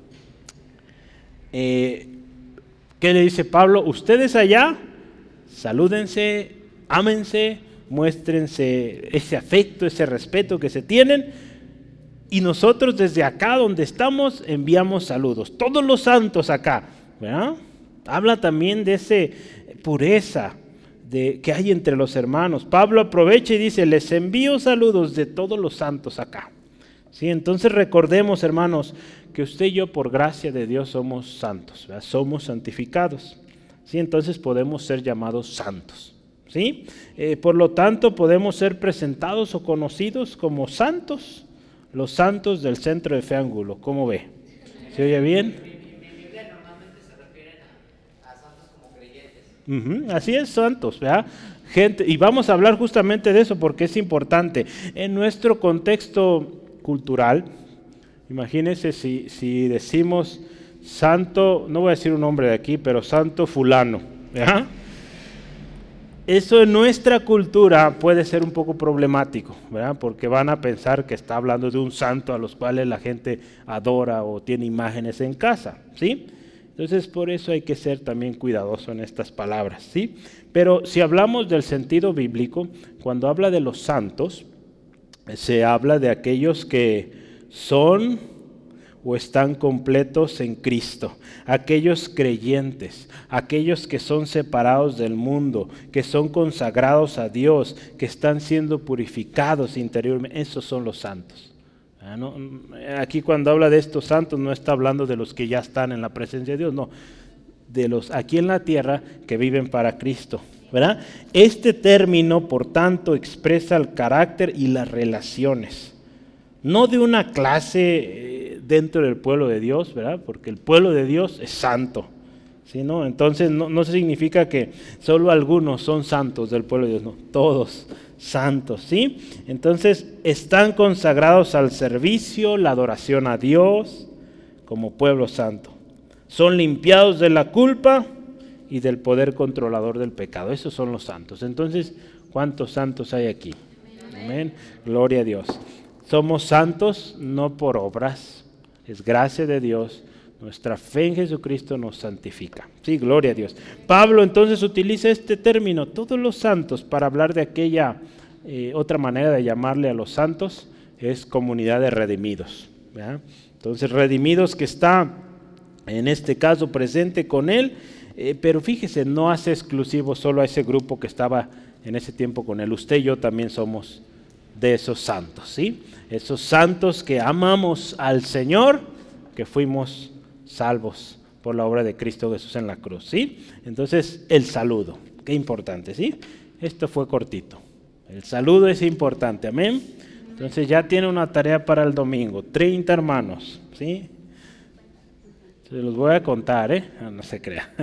¿Qué le dice Pablo? Ustedes allá, salúdense, ámense, muéstrense ese afecto, ese respeto que se tienen, y nosotros desde acá donde estamos enviamos saludos. Todos los santos acá, ¿verdad? Habla también de esa pureza que hay entre los hermanos. Pablo aprovecha y dice, les envío saludos de todos los santos acá. ¿Sí? Entonces recordemos, hermanos, que usted y yo por gracia de Dios somos santos, ¿verdad? Somos santificados. ¿Sí? Entonces podemos ser llamados santos. ¿Sí? Por lo tanto podemos ser presentados o conocidos como santos, los santos del Centro de Fe Ángulo. ¿Cómo ve? ¿Se oye bien? En Biblia normalmente se refieren a santos como creyentes. Así es, santos, ¿verdad? Gente, y vamos a hablar justamente de eso porque es importante. En nuestro contexto cultural, imagínense si decimos santo, no voy a decir un nombre de aquí, pero santo fulano, ¿verdad? Eso en nuestra cultura puede ser un poco problemático, ¿verdad? Porque van a pensar que está hablando de un santo a los cuales la gente adora o tiene imágenes en casa, ¿sí? Entonces por eso hay que ser también cuidadoso en estas palabras, ¿sí? Pero si hablamos del sentido bíblico, cuando habla de los santos, se habla de aquellos que son o están completos en Cristo, aquellos creyentes, aquellos que son separados del mundo, que son consagrados a Dios, que están siendo purificados interiormente, esos son los santos. Aquí cuando habla de estos santos no está hablando de los que ya están en la presencia de Dios, no, de los aquí en la tierra que viven para Cristo, ¿verdad? Este término, por tanto, expresa el carácter y las relaciones, no de una clase dentro del pueblo de Dios, ¿verdad? Porque el pueblo de Dios es santo, ¿sí, no? Entonces no significa que solo algunos son santos del pueblo de Dios, no, todos santos, ¿sí? Entonces están consagrados al servicio, la adoración a Dios como pueblo santo. Son limpiados de la culpa y del poder controlador del pecado. Esos son los santos. Entonces, ¿cuántos santos hay aquí? Amén. Gloria a Dios. Somos santos no por obras, es gracia de Dios. Nuestra fe en Jesucristo nos santifica. Sí, gloria a Dios. Pablo entonces utiliza este término, todos los santos, para hablar de aquella otra manera de llamarle a los santos, es comunidad de redimidos, ¿verdad? Entonces, redimidos que está en este caso presente con él, pero fíjese, no hace exclusivo solo a ese grupo que estaba en ese tiempo con él. Usted y yo también somos de esos santos, ¿sí? Esos santos que amamos al Señor, que fuimos salvos por la obra de Cristo Jesús en la cruz, ¿sí? Entonces, el saludo, qué importante, ¿sí? Esto fue cortito. El saludo es importante, amén. Entonces ya tiene una tarea para el domingo, 30 hermanos, ¿sí? Se los voy a contar, no se crea.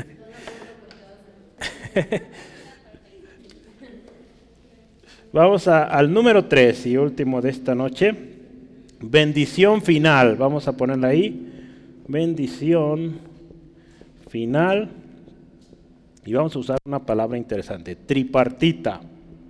Vamos al número 3 y último de esta noche. Bendición final. Vamos a ponerla ahí. Bendición final. Y vamos a usar una palabra interesante. Tripartita.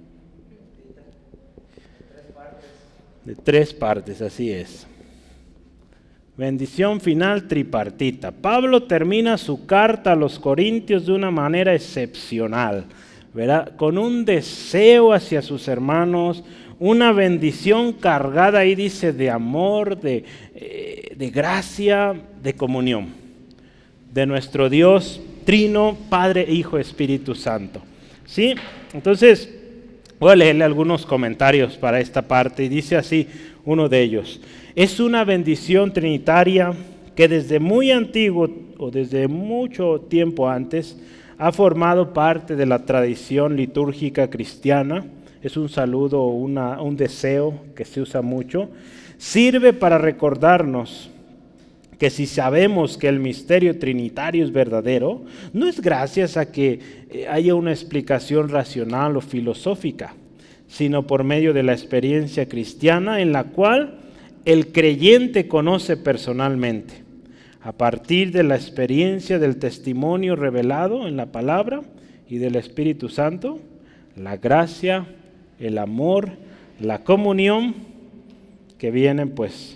De 3 partes, así es. Bendición final tripartita. Pablo termina su carta a los Corintios de una manera excepcional. ¿verdad? Con un deseo hacia sus hermanos, una bendición cargada ahí dice de amor, de gracia, de comunión, de nuestro Dios Trino, Padre, Hijo, Espíritu Santo. ¿Sí? Entonces, voy a leerle algunos comentarios para esta parte y dice así uno de ellos: es una bendición trinitaria que desde muy antiguo o desde mucho tiempo antes ha formado parte de la tradición litúrgica cristiana. Es un saludo, un deseo que se usa mucho. Sirve para recordarnos que si sabemos que el misterio trinitario es verdadero, no es gracias a que haya una explicación racional o filosófica, sino por medio de la experiencia cristiana en la cual el creyente conoce personalmente, a partir de la experiencia del testimonio revelado en la palabra y del Espíritu Santo, la gracia, el amor, la comunión que vienen pues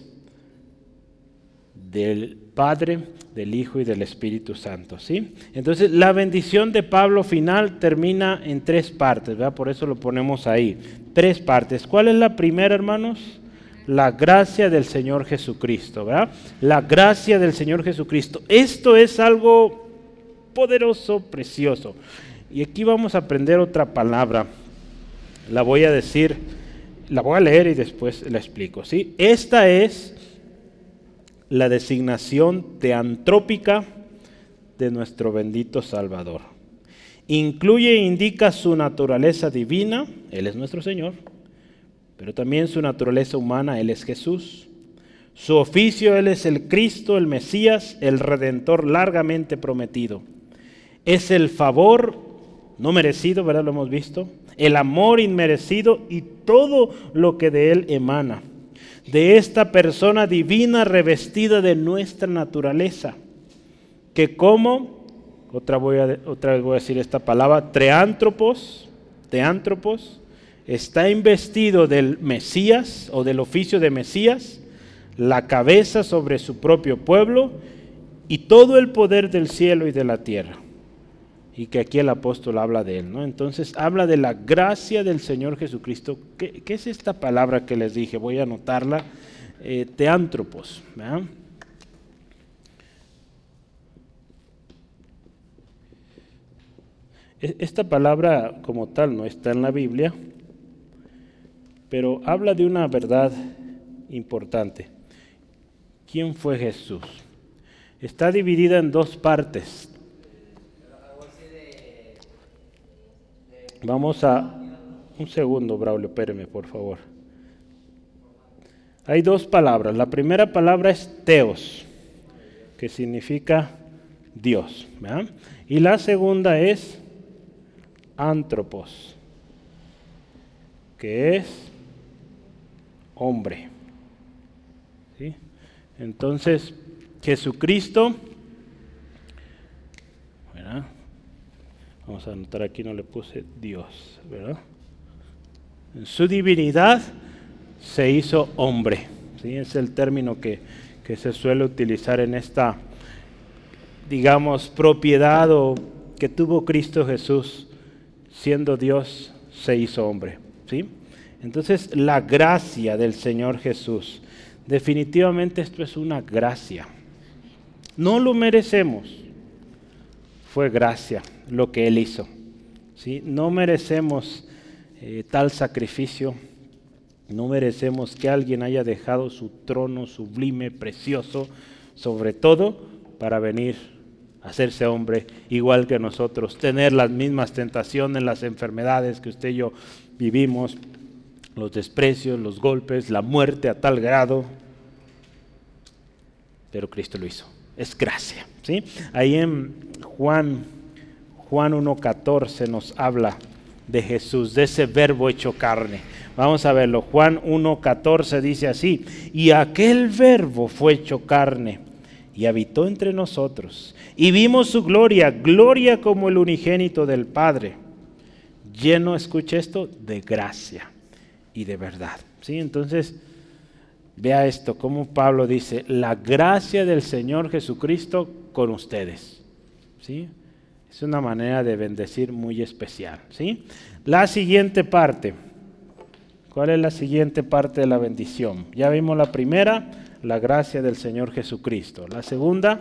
del Padre, del Hijo y del Espíritu Santo, ¿sí? Entonces la bendición de Pablo final termina en 3 partes, ¿verdad? Por eso lo ponemos ahí, 3 partes. ¿Cuál es la primera, hermanos? La gracia del Señor Jesucristo, ¿verdad? La gracia del Señor Jesucristo. Esto es algo poderoso, precioso. Y aquí vamos a aprender otra palabra. La voy a decir, la voy a leer y después la explico, ¿sí? Esta es la designación teantrópica de nuestro bendito Salvador. Incluye e indica su naturaleza divina, Él es nuestro Señor, pero también su naturaleza humana, Él es Jesús. Su oficio, Él es el Cristo, el Mesías, el Redentor largamente prometido. Es el favor no merecido, ¿verdad? Lo hemos visto. El amor inmerecido y todo lo que de Él emana. De esta persona divina revestida de nuestra naturaleza, que como, otra vez voy a decir esta palabra, teántropos, está investido del Mesías o del oficio de Mesías, la cabeza sobre su propio pueblo y todo el poder del cielo y de la tierra. Y que aquí el apóstol habla de él, ¿no? Entonces habla de la gracia del Señor Jesucristo. ¿Qué es esta palabra que les dije? Voy a anotarla. Teántropos, ¿verdad? Esta palabra como tal no está en la Biblia, pero habla de una verdad importante. ¿Quién fue Jesús? Está dividida en 2 partes. Vamos a... Un segundo, Braulio, espéreme, por favor. Hay 2 palabras. La primera palabra es Theos, que significa Dios, ¿verdad? Y la segunda es Antropos, que es hombre. ¿Sí? Entonces, Jesucristo, ¿verdad? Vamos a anotar aquí, no le puse Dios, ¿verdad? En su divinidad se hizo hombre, ¿sí? Es el término que se suele utilizar en esta, digamos, propiedad o que tuvo Cristo Jesús, siendo Dios, se hizo hombre, ¿sí? Entonces, la gracia del Señor Jesús, definitivamente esto es una gracia. No lo merecemos. Fue gracia lo que Él hizo, ¿sí? No merecemos tal sacrificio, no merecemos que alguien haya dejado su trono sublime, precioso, sobre todo para venir a hacerse hombre igual que nosotros, tener las mismas tentaciones, las enfermedades que usted y yo vivimos, los desprecios, los golpes, la muerte a tal grado, pero Cristo lo hizo. Es gracia, ¿sí? Ahí en Juan 1:14 nos habla de Jesús, de ese verbo hecho carne. Vamos a verlo. Juan 1:14 dice así: y aquel verbo fue hecho carne y habitó entre nosotros, y vimos su gloria, gloria como el unigénito del Padre, lleno, escuche esto, de gracia y de verdad, ¿sí? Entonces, vea esto, como Pablo dice, la gracia del Señor Jesucristo con ustedes, ¿sí? Es una manera de bendecir muy especial, ¿sí? La siguiente parte. ¿Cuál es la siguiente parte de la bendición? Ya vimos la primera, la gracia del Señor Jesucristo. La segunda,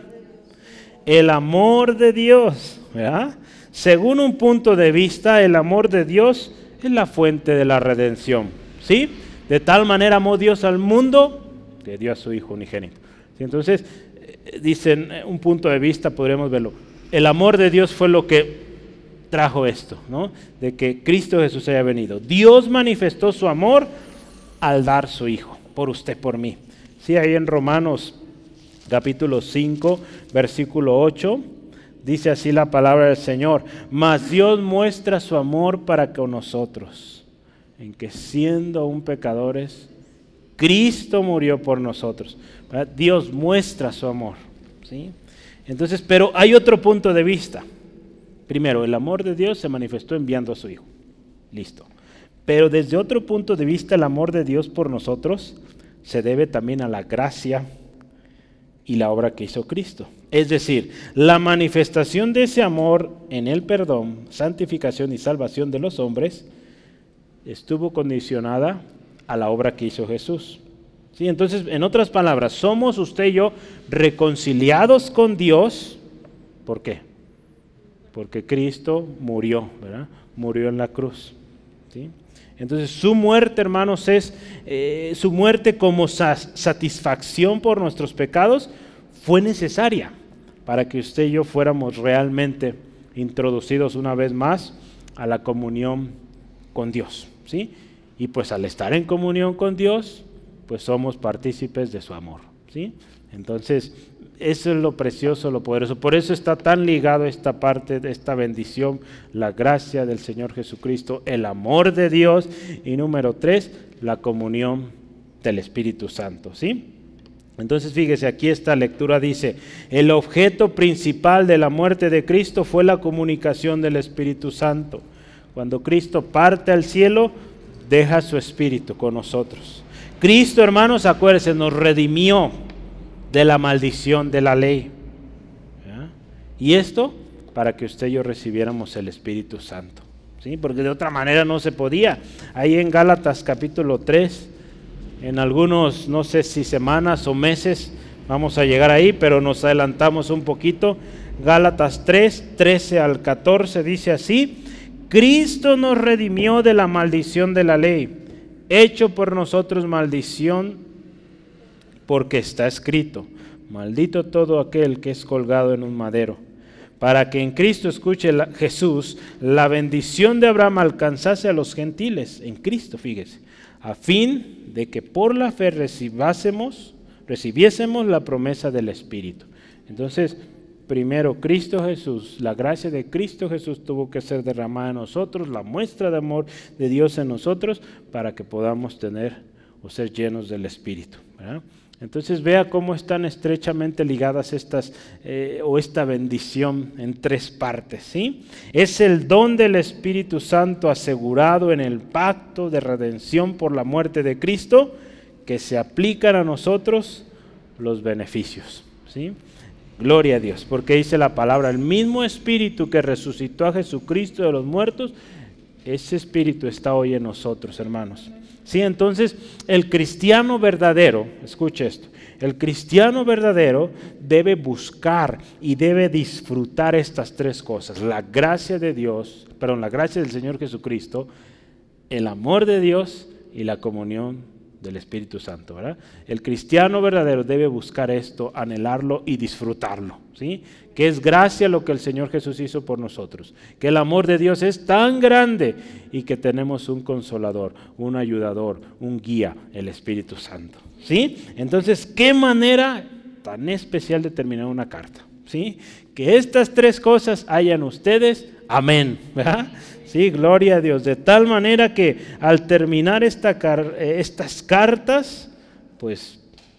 el amor de Dios, ¿verdad? Según un punto de vista, el amor de Dios es la fuente de la redención, ¿sí? De tal manera amó Dios al mundo que dio a su Hijo unigénito. ¿Sí? Entonces, dicen, un punto de vista, podríamos verlo. El amor de Dios fue lo que trajo esto, ¿no? De que Cristo Jesús haya venido. Dios manifestó su amor al dar su Hijo, por usted, por mí. Sí, ahí en Romanos capítulo 5, versículo 8, dice así la palabra del Señor: mas Dios muestra su amor para con nosotros, en que siendo aún pecadores, Cristo murió por nosotros. ¿Verdad? Dios muestra su amor, ¿sí? Entonces, pero hay otro punto de vista. Primero, el amor de Dios se manifestó enviando a su Hijo. Listo. Pero desde otro punto de vista, el amor de Dios por nosotros se debe también a la gracia y la obra que hizo Cristo. Es decir, la manifestación de ese amor en el perdón, santificación y salvación de los hombres estuvo condicionada a la obra que hizo Jesús. ¿Sí? Entonces, en otras palabras, somos usted y yo reconciliados con Dios. ¿Por qué? Porque Cristo murió, ¿verdad? Murió en la cruz, ¿sí? Entonces su muerte, hermanos, es su muerte como satisfacción por nuestros pecados fue necesaria para que usted y yo fuéramos realmente introducidos una vez más a la comunión con Dios, ¿sí? Y pues al estar en comunión con Dios, pues somos partícipes de su amor, ¿sí? Entonces, eso es lo precioso, lo poderoso. Por eso está tan ligado esta parte de esta bendición, la gracia del Señor Jesucristo, el amor de Dios, y número 3, la comunión del Espíritu Santo, ¿sí? Entonces fíjese, aquí esta lectura dice: el objeto principal de la muerte de Cristo fue la comunicación del Espíritu Santo. Cuando Cristo parte al cielo, deja su Espíritu con nosotros. Cristo, hermanos, acuérdense, nos redimió de la maldición de la ley. ¿Ya? Y esto para que usted y yo recibiéramos el Espíritu Santo, ¿sí? Porque de otra manera no se podía. Ahí en Gálatas capítulo 3, en algunos, no sé si semanas o meses, vamos a llegar ahí, pero nos adelantamos un poquito. Gálatas 3, 13 al 14 dice así: Cristo nos redimió de la maldición de la ley, hecho por nosotros maldición, porque está escrito: maldito todo aquel que es colgado en un madero, para que en Cristo, escuche Jesús, la bendición de Abraham alcanzase a los gentiles, en Cristo, fíjese, a fin de que por la fe recibiésemos la promesa del Espíritu. Entonces, primero Cristo Jesús, la gracia de Cristo Jesús tuvo que ser derramada en nosotros, la muestra de amor de Dios en nosotros, para que podamos tener o ser llenos del Espíritu, ¿verdad? Entonces vea cómo están estrechamente ligadas estas, o esta bendición en tres partes, ¿sí? Es el don del Espíritu Santo asegurado en el pacto de redención por la muerte de Cristo, que se aplican a nosotros los beneficios, ¿sí? Gloria a Dios, porque dice la palabra: el mismo Espíritu que resucitó a Jesucristo de los muertos, ese Espíritu está hoy en nosotros, hermanos. Sí, entonces el cristiano verdadero, escuche esto, el cristiano verdadero debe buscar y debe disfrutar estas tres cosas: la gracia de Dios, la gracia del Señor Jesucristo, el amor de Dios y la comunión del Espíritu Santo, ¿verdad? El cristiano verdadero debe buscar esto, anhelarlo y disfrutarlo, ¿sí? Que es gracia lo que el Señor Jesús hizo por nosotros, que el amor de Dios es tan grande y que tenemos un consolador, un ayudador, un guía, el Espíritu Santo, ¿sí? Entonces, ¿qué manera tan especial de terminar una carta? ¿Sí? Que estas tres cosas hayan ustedes, amén, ¿verdad? Sí, gloria a Dios, de tal manera que al terminar estas cartas, pues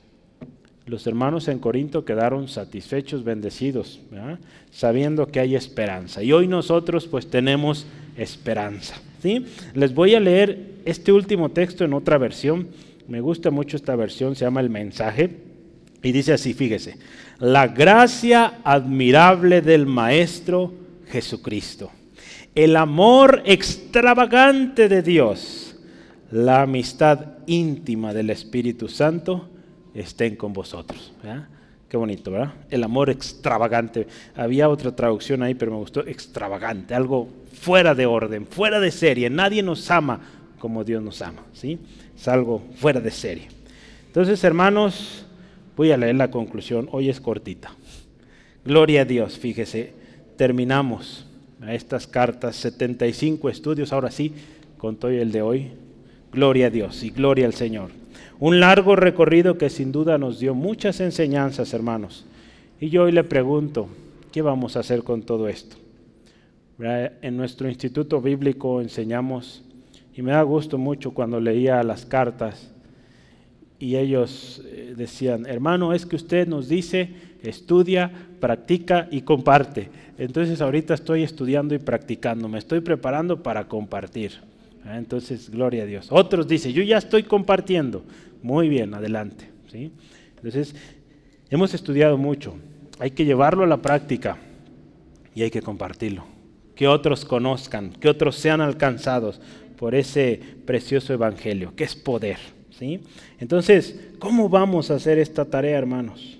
los hermanos en Corinto quedaron satisfechos, bendecidos, ¿verdad? Sabiendo que hay esperanza. Y hoy nosotros pues tenemos esperanza, ¿sí? Les voy a leer este último texto en otra versión. Me gusta mucho esta versión, se llama El Mensaje. Y dice así, fíjese: la gracia admirable del Maestro Jesucristo. El amor extravagante de Dios, la amistad íntima del Espíritu Santo estén con vosotros. ¿Verdad? Qué bonito, ¿verdad? El amor extravagante. Había otra traducción ahí, pero me gustó extravagante, algo fuera de orden, fuera de serie. Nadie nos ama como Dios nos ama, ¿sí? Es algo fuera de serie. Entonces, hermanos, voy a leer la conclusión. Hoy es cortita. Gloria a Dios, fíjese, terminamos a estas cartas, 75 estudios, ahora sí, con todo el de hoy. Gloria a Dios y gloria al Señor. Un largo recorrido que sin duda nos dio muchas enseñanzas, hermanos. Y yo hoy le pregunto, ¿qué vamos a hacer con todo esto? En nuestro instituto bíblico enseñamos, y me da gusto mucho cuando leía las cartas, y ellos decían, hermano, es que usted nos dice, estudia, practica y comparte. Entonces ahorita estoy estudiando y practicando, me estoy preparando para compartir. Entonces, gloria a Dios. Otros dicen, yo ya estoy compartiendo. Muy bien, adelante. ¿Sí? Entonces, hemos estudiado mucho. Hay que llevarlo a la práctica y hay que compartirlo. Que otros conozcan, que otros sean alcanzados por ese precioso evangelio, que es poder. ¿Sí? Entonces, ¿cómo vamos a hacer esta tarea, hermanos?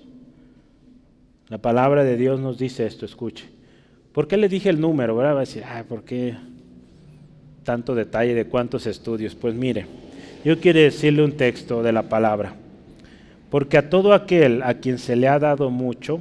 La palabra de Dios nos dice esto, escuche. ¿Por qué le dije el número? ¿Verdad? Va a decir, ¿por qué tanto detalle de cuántos estudios? Pues mire, yo quiero decirle un texto de la palabra. Porque a todo aquel a quien se le ha dado mucho,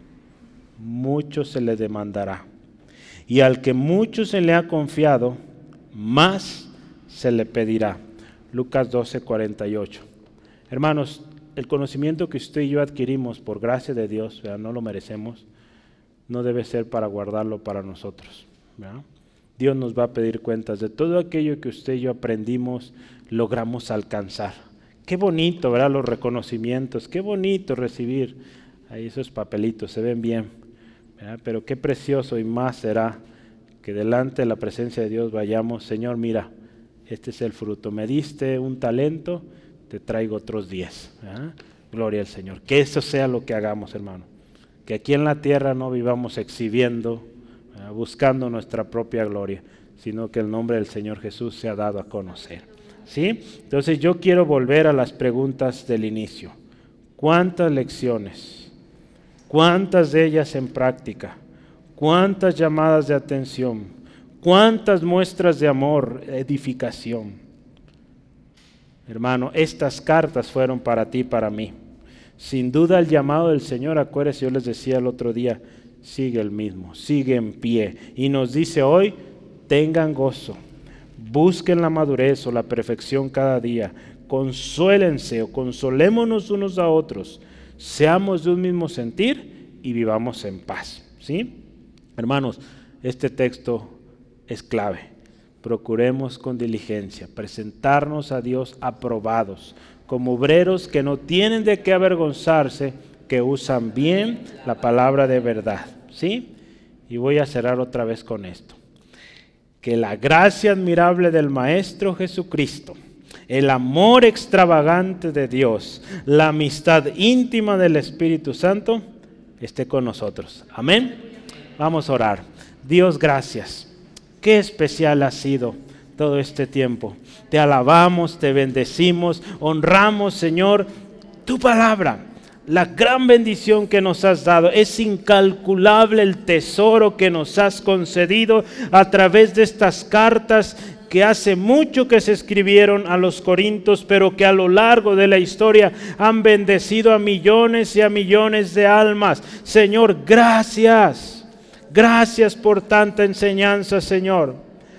mucho se le demandará. Y al que mucho se le ha confiado, más se le pedirá. Lucas 12:48. Hermanos, el conocimiento que usted y yo adquirimos por gracia de Dios, ¿verdad? No lo merecemos, no debe ser para guardarlo para nosotros, ¿verdad? Dios nos va a pedir cuentas de todo aquello que usted y yo aprendimos, logramos alcanzar. Qué bonito, ¿verdad? Los reconocimientos, qué bonito recibir ahí esos papelitos, se ven bien, ¿verdad? Pero qué precioso y más será que delante de la presencia de Dios vayamos, Señor, mira, este es el fruto, me diste un talento, te traigo otros 10. ¿verdad? Gloria al Señor. Que eso sea lo que hagamos, hermano. Que aquí en la tierra no vivamos exhibiendo, buscando nuestra propia gloria, sino que el nombre del Señor Jesús se ha dado a conocer. ¿Sí? Entonces yo quiero volver a las preguntas del inicio. ¿Cuántas lecciones? ¿Cuántas de ellas en práctica? ¿Cuántas llamadas de atención? ¿Cuántas muestras de amor, edificación? Hermano, estas cartas fueron para ti y para mí. Sin duda el llamado del Señor, acuérdense, yo les decía el otro día, sigue el mismo, sigue en pie. Y nos dice hoy, tengan gozo, busquen la madurez o la perfección cada día, consuélense o consolémonos unos a otros, seamos de un mismo sentir y vivamos en paz. ¿Sí? Hermanos, este texto es clave. Procuremos con diligencia presentarnos a Dios aprobados, como obreros que no tienen de qué avergonzarse, que usan bien la palabra de verdad. ¿Sí? Y voy a cerrar otra vez con esto. Que la gracia admirable del Maestro Jesucristo, el amor extravagante de Dios, la amistad íntima del Espíritu Santo, esté con nosotros. Amén. Vamos a orar. Dios, gracias. Qué especial ha sido todo este tiempo. Te alabamos, te bendecimos, honramos, Señor, tu palabra. La gran bendición que nos has dado, es incalculable el tesoro que nos has concedido a través de estas cartas que hace mucho que se escribieron a los Corintios, pero que a lo largo de la historia han bendecido a millones y a millones de almas. Señor, gracias. Gracias por tanta enseñanza, Señor.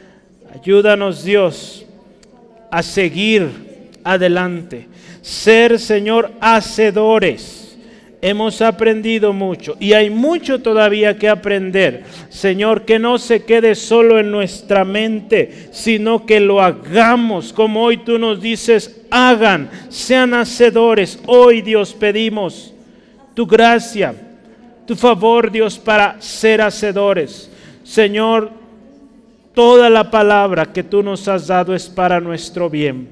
Ayúdanos, Dios, a seguir adelante. Ser, Señor, hacedores. Hemos aprendido mucho y hay mucho todavía que aprender. Señor, que no se quede solo en nuestra mente, sino que lo hagamos como hoy tú nos dices, hagan, sean hacedores. Hoy, Dios, pedimos tu gracia, tu favor, Dios, para ser hacedores. Señor, toda la palabra que tú nos has dado es para nuestro bien.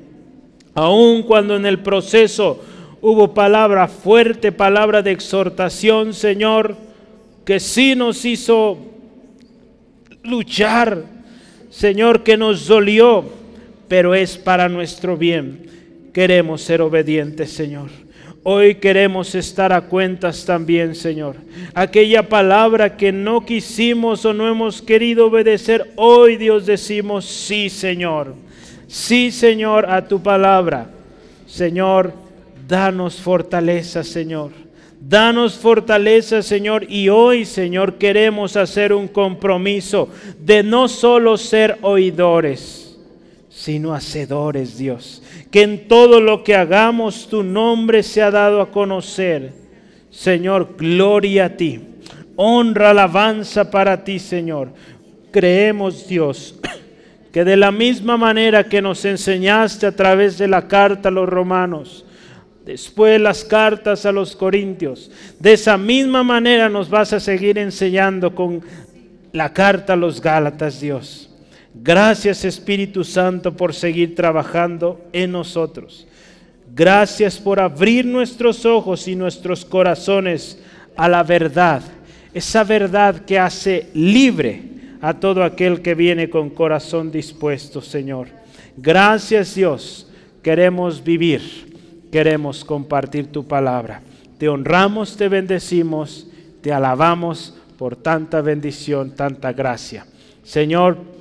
Aun cuando en el proceso hubo palabra fuerte, palabra de exhortación, Señor, que sí nos hizo luchar, Señor, que nos dolió, pero es para nuestro bien. Queremos ser obedientes, Señor. Hoy queremos estar a cuentas también, Señor. Aquella palabra que no quisimos o no hemos querido obedecer, hoy, Dios, decimos sí, Señor. Sí, Señor, a tu palabra. Señor, danos fortaleza, Señor. Danos fortaleza, Señor, y hoy, Señor, queremos hacer un compromiso de no solo ser oidores, sino hacedores, Dios. Que en todo lo que hagamos tu nombre sea dado a conocer. Señor, gloria a ti. Honra, alabanza para ti, Señor. Creemos, Dios, que de la misma manera que nos enseñaste a través de la carta a los romanos, después las cartas a los corintios, de esa misma manera nos vas a seguir enseñando con la carta a los gálatas, Dios. Gracias, Espíritu Santo, por seguir trabajando en nosotros. Gracias por abrir nuestros ojos y nuestros corazones a la verdad, esa verdad que hace libre a todo aquel que viene con corazón dispuesto, Señor. Gracias, Dios. Queremos vivir, queremos compartir tu palabra. Te honramos, te bendecimos, te alabamos por tanta bendición, tanta gracia. Señor,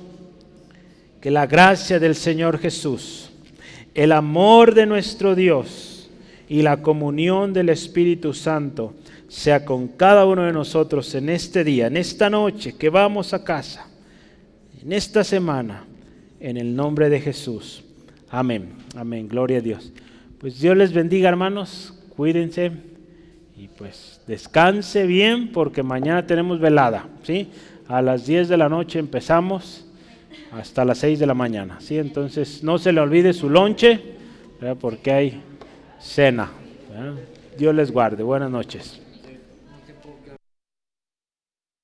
que la gracia del Señor Jesús, el amor de nuestro Dios y la comunión del Espíritu Santo sea con cada uno de nosotros en este día, en esta noche que vamos a casa, en esta semana, en el nombre de Jesús. Amén. Amén. Gloria a Dios. Pues Dios les bendiga, hermanos. Cuídense y pues descanse bien porque mañana tenemos velada, ¿sí? A las 10 de la noche empezamos hasta las 6 de la mañana, ¿sí? Entonces no se le olvide su lonche, ¿verdad? Porque hay cena, ¿verdad? Dios les guarde. Buenas noches.